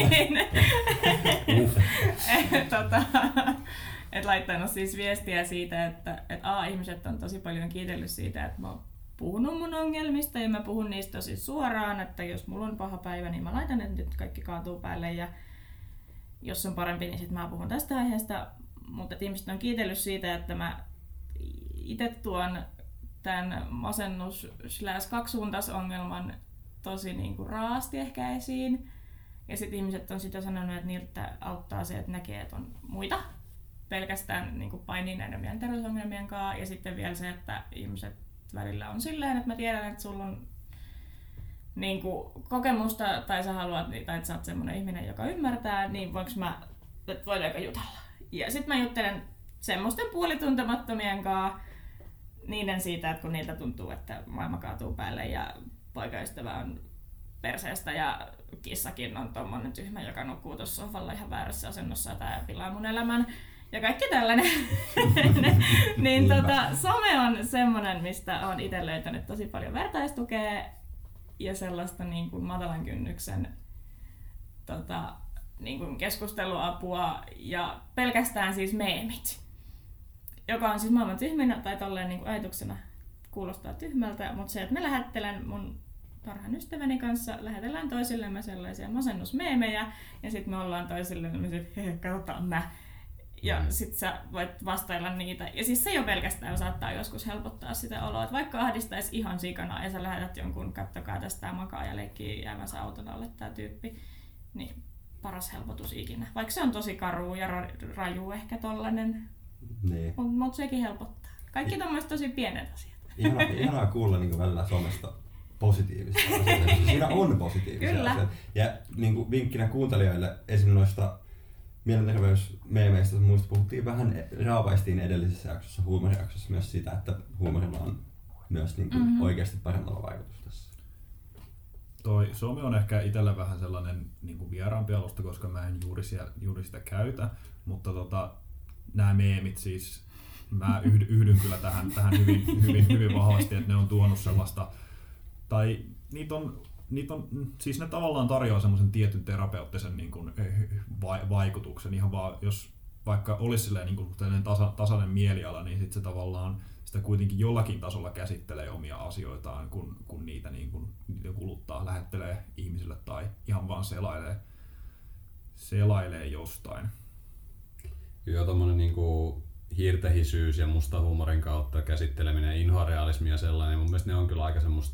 Uh. et, tota, et laittanut siis viestiä siitä, että et A, ihmiset on tosi paljon kiitellyt siitä, että mä oon puhunut mun ongelmista ja mä puhun niistä tosi suoraan, että jos mulla on paha päivä, niin mä laitan, että nyt kaikki kaatuu päälle ja jos on parempi, niin sit mä puhun tästä aiheesta. Mutta ihmiset on kiitellyt siitä, että mä itse tuon tämän masennus slash kaksisuuntaisongelman tosi niinku raasti ehkä esiin. Ja sitten ihmiset on sitä sanonut, että niiltä auttaa se, että näkee, että on muita pelkästään niinku painii näiden mielenterveysongelmien kanssa. Ja sitten vielä se, että ihmiset välillä on silleen, että mä tiedän, että sulla on niinku kokemusta tai sä haluat, tai että sä oot semmonen ihminen, joka ymmärtää, niin voinko mä, että voidaanko jutella. Ja sit mä juttelen semmoisten puolituntemattomien kanssa niiden siitä, että kun niiltä tuntuu, että maailma kaatuu päälle ja poikaystävä on perseestä ja kissakin on tommonen tyhmä, joka nukkuu tuossa sohvalla ihan väärässä asennossa ja tää pilaa mun elämän. Ja kaikki tällainen. niin tota, some on semmonen, mistä olen itse löytänyt tosi paljon vertaistukea ja sellaista niin kuin matalan kynnyksen tota, niin kuin keskusteluapua ja pelkästään siis meemit. Joka on siis maailman tyhminä tai tolleen niin kuin ajatuksena kuulostaa tyhmältä, mutta se, että mä lähettelen mun parhaan ystäväni kanssa, lähetellään toisillemme sellaisia masennusmeemejä ja sitten me ollaan toisillemme, että hei, katsotaan mä. Ja mm. sit sä voit vastailla niitä. Ja siis se jo pelkästään saattaa joskus helpottaa sitä oloa. Että vaikka ahdistaisi ihan sikana ja sä lähetät jonkun, kattokaa tästä makaa ja leikkii jäävänsä auton alle tää tyyppi, niin paras helpotus ikinä. Vaikka se on tosi karu ja ra- raju ehkä tollanen, niin. mutta mut sekin helpottaa. Kaikki tommoiset tosi pienet asiat. Ihanaa, ihanaa kuulla niin välillä somesta positiivista asioita. Siinä on positiivisia Kyllä. asioita. Ja niin kuin vinkkinä kuuntelijoille esim. Noista mielenterveysmeemeistä muista puhuttiin vähän, raavaistiin edellisessä jaksossa, huumorijaksossa myös sitä, että huumorilla on myös niin kuin mm-hmm. oikeasti parantava vaikutus tässä. Toi some on ehkä itsellä vähän sellainen niin kuin vieraampi alusta, koska mä en juuri, siellä, juuri sitä käytä, mutta tota, nämä meemit siis, mä yhdyn, yhdyn kyllä tähän, tähän hyvin, hyvin, hyvin vahvasti, että ne on tuonut sellaista, tai niitä on Niitä on, siis ne tavallaan tarjoaa semmoisen tietyn terapeuttisen niin kuin, va- vaikutuksen, ihan vaan jos vaikka olisi silleen, niin kuin, tasa, tasainen mieliala, niin sit se tavallaan sitä kuitenkin jollakin tasolla käsittelee omia asioitaan, kun, kun niitä, niin kuin, niitä kuluttaa, lähettelee ihmisille tai ihan vaan selailee, selailee jostain. Joo, tommonen niinku hiirtehisyys ja musta huumorin kautta käsitteleminen ja inhoarealismi ja sellainen, mun mielestä ne on kyllä aika semmoista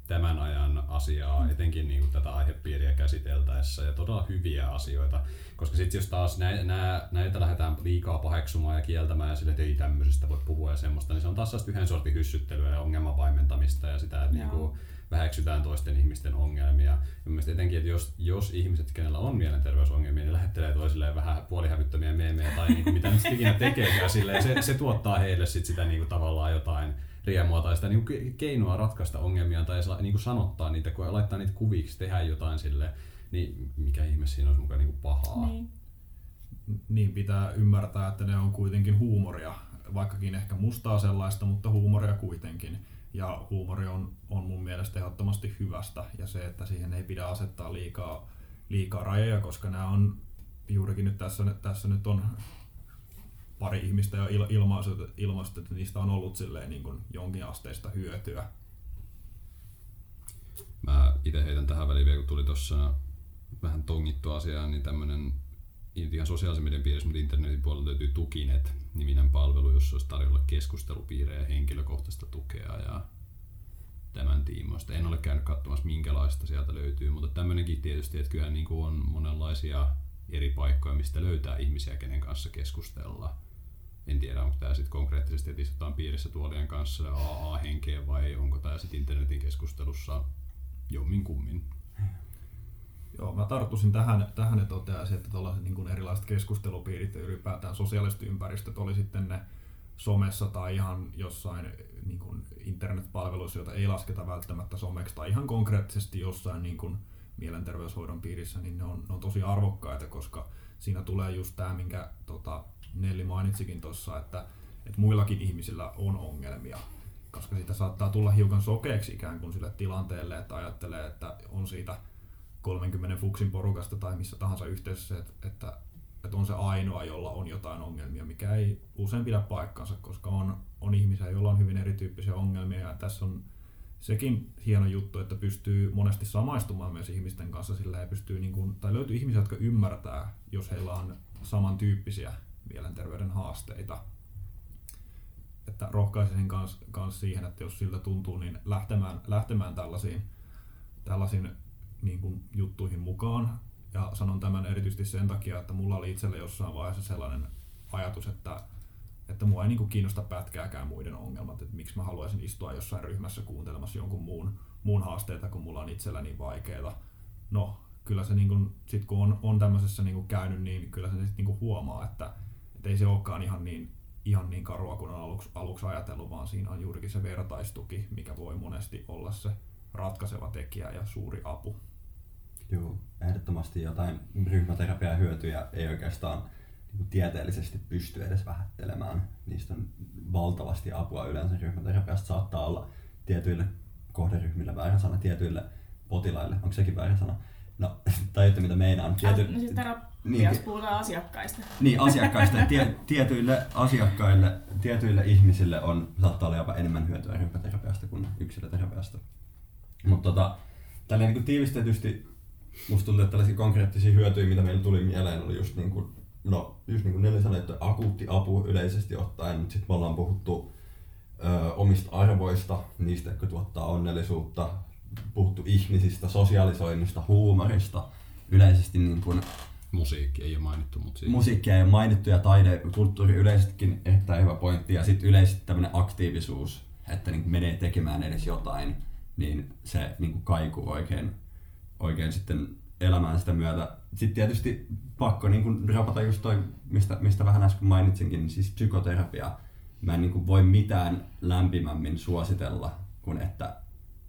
tämän ajan asiaa, etenkin niin kuin tätä aihepiiriä käsiteltäessä ja todella hyviä asioita, koska sitten jos taas nä, nä, näitä lähdetään liikaa paheksumaan ja kieltämään ja sille, että ei tämmöisestä voi puhua ja semmoista, niin se on taas sellaista yhden sortin hyssyttelyä ja ongelmavaimentamista ja sitä, että niin kuin väheksytään toisten ihmisten ongelmia. Ja mielestäni etenkin, että jos, jos ihmiset, kenellä on mielenterveysongelmia, niin lähettelee toisilleen vähän puolihävyttömiä meemejä tai niin kuin, mitä nyt ikinä tekeekään silleen, se, se tuottaa heille sit sitä niin kuin, tavallaan jotain riemua tai sitä niin kuin, keinoa ratkaista ongelmia tai niin kuin, sanottaa niitä, kun laittaa niitä kuviksi, tehdä jotain silleen, niin mikä ihme siinä olisi mukaan niin kuin pahaa. Niin. Niin pitää ymmärtää, että ne on kuitenkin huumoria, vaikkakin ehkä mustaa sellaista, mutta huumoria kuitenkin. Ja huumori on, on mun mielestä ehdottomasti hyvästä ja se, että siihen ei pidä asettaa liikaa, liikaa rajoja, koska nämä on juurikin nyt tässä, tässä nyt on pari ihmistä jo ilmaisut, ilmaisut että niistä on ollut silleen niin kuin jonkin asteista hyötyä. Mä itse heitän tähän väliin vielä, kun tuli tuossa vähän tongittu asiaa, niin tämmönen ihan sosiaalisen median piirissä, mutta internetin puolella löytyy Tukinet-niminen palvelu, jossa olisi tarjolla keskustelupiirejä ja henkilökohtaista tukea ja tämän tiimoista. En ole käynyt katsomassa, minkälaista sieltä löytyy, mutta tämmöinenkin tietysti, että kyllä niin kuin on monenlaisia eri paikkoja, mistä löytää ihmisiä, kenen kanssa keskustella. En tiedä, onko tämä sitten konkreettisesti, että istutaan piirissä tuolien kanssa A A-henkeen vai onko tämä sitten internetin keskustelussa jommin kummin. Joo, mä tarttuisin tähän, tähän ja toteaisin, että tuollaiset niin kuin erilaiset keskustelupiirit ja ylipäätään sosiaaliset ympäristöt oli sitten ne somessa tai ihan jossain niin kuin internetpalveluissa, joita ei lasketa välttämättä someksi tai ihan konkreettisesti jossain niin kuin mielenterveyshoidon piirissä, niin ne on, ne on tosi arvokkaita, koska siinä tulee just tämä, minkä tota, Nelli mainitsikin tuossa, että, että muillakin ihmisillä on ongelmia, koska siitä saattaa tulla hiukan sokeeksi ikään kuin sille tilanteelle, että ajattelee, että on siitä kolmenkymmenen fuksin porukasta tai missä tahansa yhteisössä, että, että, että on se ainoa, jolla on jotain ongelmia, mikä ei usein pidä paikkansa, koska on, on ihmisiä, joilla on hyvin erityyppisiä ongelmia ja tässä on sekin hieno juttu, että pystyy monesti samaistumaan myös ihmisten kanssa sillä ja pystyy niin kuin, tai löytyy ihmisiä, jotka ymmärtää, jos heillä on samantyyppisiä mielenterveyden haasteita. Että rohkaisisin kans, kans siihen, että jos siltä tuntuu, niin lähtemään, lähtemään tällaisiin, tällaisiin niin kuin juttuihin mukaan. Ja sanon tämän erityisesti sen takia, että mulla oli itselle jossain vaiheessa sellainen ajatus, että, että mua ei niin kuin kiinnosta pätkääkään muiden ongelmat, että miksi mä haluaisin istua jossain ryhmässä kuuntelemassa jonkun muun, muun haasteita, kun mulla on itsellä niin vaikeita. No, kyllä se niin kuin, sit kun on, on tämmöisessä niin kuin käynyt, niin kyllä se sitten niin kuin huomaa, että, että ei se olekaan ihan niin, ihan niin karua kuin on aluksi, aluksi ajatellut, vaan siinä on juurikin se vertaistuki, mikä voi monesti olla se ratkaiseva tekijä ja suuri apu. Joo, ehdottomasti jotain ryhmäterapiaa hyötyjä ei oikeastaan niin tieteellisesti pysty edes vähättelemään. Niistä on valtavasti apua yleensä ryhmäterapiasta. Saattaa olla tietyille kohderyhmille väärä sana, tietyille potilaille. Onko sekin väärä sana? No, tajutte mitä meinaan. Tiety... No siis terapiassa niin, puhutaan asiakkaista. Niin, asiakkaista. Tie, tietyille asiakkaille, tietyille ihmisille on, saattaa olla jopa enemmän hyötyä ryhmäterapiasta kuin yksilöterapiasta. Mutta tota, tälleen niin tiivistetysti musta tuntuu, että tällaisia konkreettisia hyötyjä, mitä meillä tuli mieleen, oli just niin kuin, no, just niin kuin Nelli sanoi, että akuutti apu yleisesti ottaen, mutta sitten me ollaan puhuttu ö, omista arvoista, niistä, jotka tuottaa onnellisuutta, puhuttu ihmisistä, sosialisoinnista, huumorista, yleisesti niin kuin musiikki ei ole mainittu, mutta siinä... musiikki ei ole mainittu ja taide, kulttuuri yleisestikin erittäin hyvä pointti ja sitten yleisesti tämmöinen aktiivisuus, että niin kuin menee tekemään edes jotain, niin se niin kuin kaikuu oikein, oikein sitten elämään sitä myötä. Sitten tietysti pakko niin kuin rapata just toi, mistä, mistä vähän äsken mainitsinkin, niin siis psykoterapia. Mä en niin kuin voi mitään lämpimämmin suositella kuin että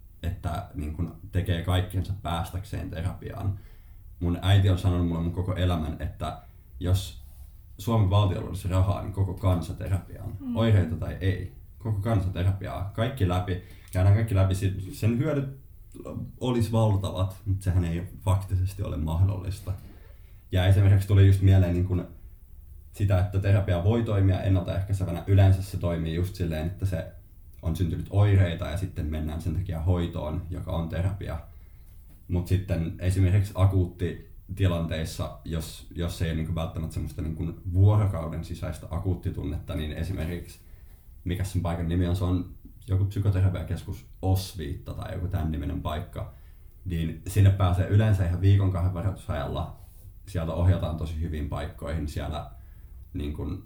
että niin kun tekee kaikkensa päästäkseen terapiaan. Mun äiti on sanonut mulle mun koko elämän, että jos Suomen valtiolla olisi rahaa, niin koko kansa terapiaan. Mm. Oireita tai ei. Koko kansa terapiaa. Kaikki läpi. Käydään kaikki läpi. Sen hyödyt olisi valtavat, mutta sehän ei faktisesti ole mahdollista. Ja esimerkiksi tuli just mieleen niin kun sitä, että terapia voi toimia ennaltaehkäisevänä. Yleensä se toimii just silleen, että se on syntynyt oireita ja sitten mennään sen takia hoitoon, joka on terapia. Mutta sitten esimerkiksi akuuttitilanteissa, jos, jos ei ole niin välttämättä semmoista niin vuorokauden sisäistä akuuttitunnetta, niin esimerkiksi, mikä sen paikan nimi on, se on joku psykoterapiakeskus Osviitta tai joku tämän niminen paikka, niin sinne pääsee yleensä ihan viikon kahden varoitusajalla. Sieltä ohjataan tosi hyvin paikkoihin. Siellä niin kun,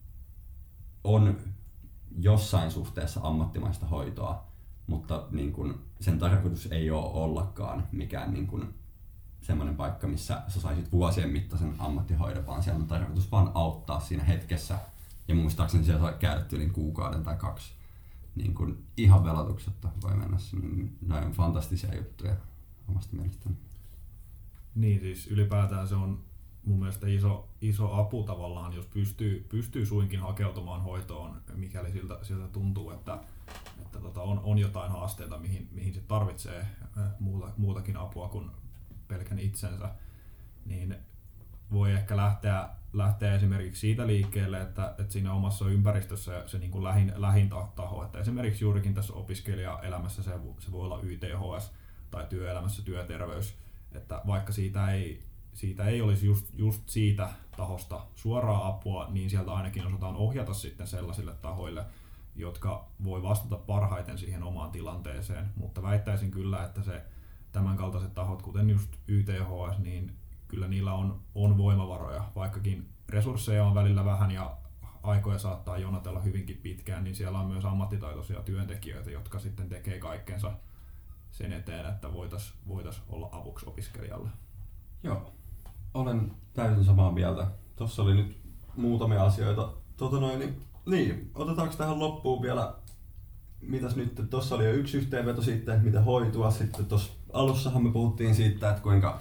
on jossain suhteessa ammattimaista hoitoa, mutta niin kun, sen tarkoitus ei ole ollakaan mikään niin kun, semmoinen paikka, missä sä saisit vuosien mittaisen ammattihoidon, vaan siellä on tarkoitus vaan auttaa siinä hetkessä. Ja muistaakseni siellä saa käydä yli kuukauden tai kaksi. Niin kun, ihan velotuksetta voi mennä sinne. Nämä on fantastisia juttuja omasta mielestäni. Niin, siis ylipäätään se on mun mielestä iso, iso apu tavallaan, jos pystyy, pystyy suinkin hakeutumaan hoitoon, mikäli siltä, siltä tuntuu, että, että tota on, on jotain haasteita, mihin, mihin se tarvitsee muuta, muutakin apua kuin pelkän itsensä, niin voi ehkä lähteä, lähteä esimerkiksi siitä liikkeelle, että, että siinä omassa ympäristössä se niin kuin lähin, lähin taho, että esimerkiksi juurikin tässä opiskelijaelämässä se, se voi olla Y T H S tai työelämässä työterveys, että vaikka siitä ei, siitä ei olisi just, just siitä tahosta suoraa apua, niin sieltä ainakin osataan ohjata sitten sellaisille tahoille, jotka voi vastata parhaiten siihen omaan tilanteeseen, mutta väittäisin kyllä, että se tämän kaltaiset tahot, kuten just Y T H S, niin kyllä niillä on, on voimavaroja, vaikkakin resursseja on välillä vähän ja aikoja saattaa jonotella hyvinkin pitkään, niin siellä on myös ammattitaitoisia työntekijöitä, jotka sitten tekee kaikkensa sen eteen, että voitaisiin voitais olla avuksi opiskelijalle. Joo, olen täysin samaa mieltä. Tuossa oli nyt muutamia asioita. Tota noin, niin, niin, otetaanko tähän loppuun vielä, mitäs nyt, tuossa oli jo yksi yhteenveto siitä, mitä hoitua. Sitten tuossa alussahan me puhuttiin siitä, että kuinka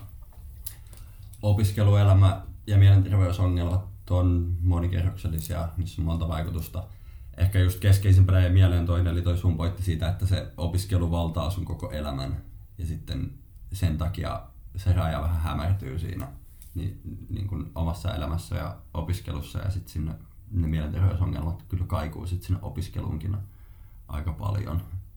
opiskeluelämä ja mielenterveysongelmat on monikerroksellisia, niissä on monta vaikutusta. Ehkä just keskeisimpänä ja mieleen toinen, eli toi sun pointti siitä, että se opiskelu valtaa sun koko elämän ja sitten sen takia se raja vähän hämärtyy siinä niin, niin kuin omassa elämässä ja opiskelussa ja sitten sinne ne mielenterveysongelmat kyllä kaikuu sitten sinne opiskeluunkin aika paljon.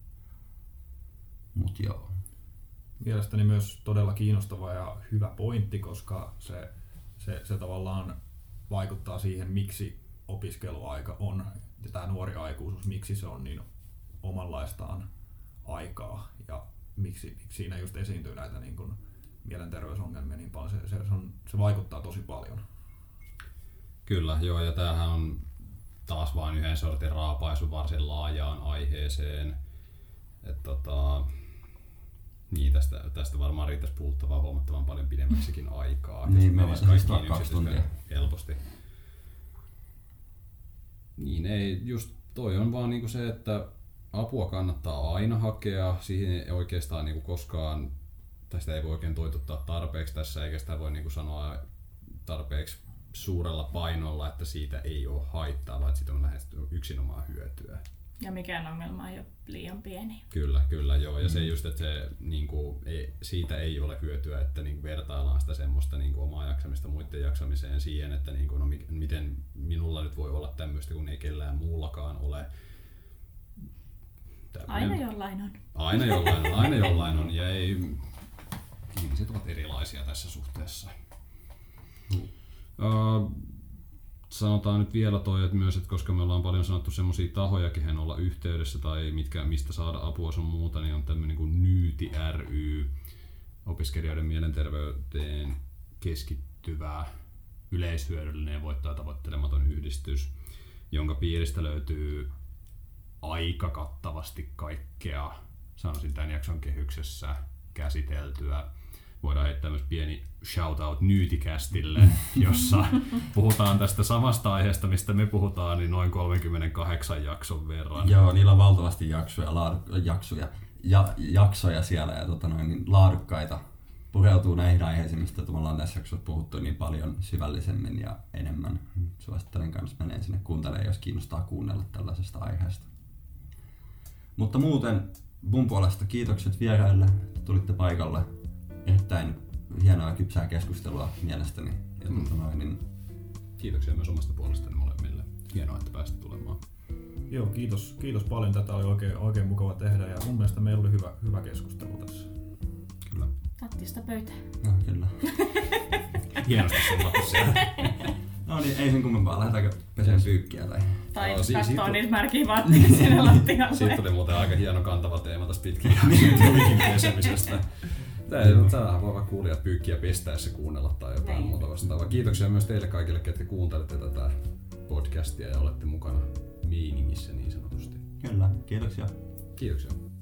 Mut joo. Mielestäni myös todella kiinnostava ja hyvä pointti, koska se, se, se tavallaan vaikuttaa siihen, miksi opiskeluaika on ja tämä nuori aikuisuus, miksi se on niin omanlaistaan aikaa ja miksi, miksi siinä just esiintyy näitä niin kuin mielenterveysongelmia niin paljon. Se, se, se, on, se vaikuttaa tosi paljon. Kyllä, joo, ja tämähän on taas vain yhden sortin raapaisu varsin laajaan aiheeseen. Et tota, niin, tästä, tästä varmaan riittäisi puhuttavaa huomattavan paljon pidemmäksikin aikaa. Niin, me voisi istua kaksi tuntia. Helposti. Niin, ei, just toi on vaan niinku se, että apua kannattaa aina hakea, siihen ei oikeastaan niinku koskaan, tai sitä ei voi oikein toitottaa tarpeeksi tässä, eikä sitä voi niinku sanoa tarpeeksi suurella painolla, että siitä ei ole haittaa, vaan siitä on lähes yksinomaan hyötyä. Ja mikään ongelma ei ole liian pieni. Kyllä, kyllä joo. Ja mm. se just, että se, niin kuin, ei, siitä ei ole hyötyä, että niin vertaillaan sitä semmoista niin kuin omaa jaksamista muiden jaksamiseen siihen, että niin kuin, no, miten minulla nyt voi olla tämmöistä, kun ei kellään muullakaan ole. Tällainen, aina jollain on. Aina jollain on, aina jollain on. Ja ei, ihmiset ovat erilaisia tässä suhteessa. Mm. Uh, Sanotaan nyt vielä toi, että myös, että koska me ollaan paljon sanottu semmoisia tahoja, kehen olla yhteydessä tai mitkä, mistä saada apua sun muuta, niin on tämmöinen kuin Nyyti ry, opiskelijoiden mielenterveyteen keskittyvä yleishyödyllinen ja voittaa tavoittelematon yhdistys, jonka piiristä löytyy aika kattavasti kaikkea, sanoisin tämän jakson kehyksessä käsiteltyä. Voidaan heittää myös pieni shoutout Nyytikästille, jossa puhutaan tästä samasta aiheesta, mistä me puhutaan, niin noin kolmekymmentäkahdeksan jakson verran. Joo, niillä on valtavasti jaksoja, laaduk- jaksoja, ja, jaksoja siellä ja tota noin, niin laadukkaita. Pureutuu näihin aiheisiin, mistä me ollaan tässä jaksossa puhuttu niin paljon syvällisemmin ja enemmän. Suosittelen kanssa menee sinne kuuntelemaan, jos kiinnostaa kuunnella tällaisesta aiheesta. Mutta muuten mun puolesta kiitokset vieraille, että tulitte paikalle. Erittäin hienoa ja kypsää keskustelua mielestäni. Ja mm. noin, niin... Kiitoksia myös omasta puolestani molemmille. Hienoa, että pääsit tulemaan. Joo, kiitos, kiitos paljon. Tätä oli oikein, oikein mukava tehdä ja mun mielestä meillä oli hyvä, hyvä keskustelu tässä. Kyllä. Tattista pöytää. No, kyllä. Hienosti summattu siellä. No niin, ei sen kummempaa. Lähdetäänkö pesä pesee pyykkiä tai... Tai Joo, si- kattoo siitä- niitä märkiä vaatteita sinne lattialle. Siitä tuli muuten aika hieno kantava teema tästä pitkin pyykin pesemisestä. Tämähän voi vaikka kuulijat pyykkiä pestäessä kuunnella tai jotain Näin. muuta vastaavaa. Kiitoksia myös teille kaikille, ketkä kuuntelette tätä podcastia ja olette mukana meiningissä niin sanotusti. Kyllä, kiitoksia. Kiitoksia.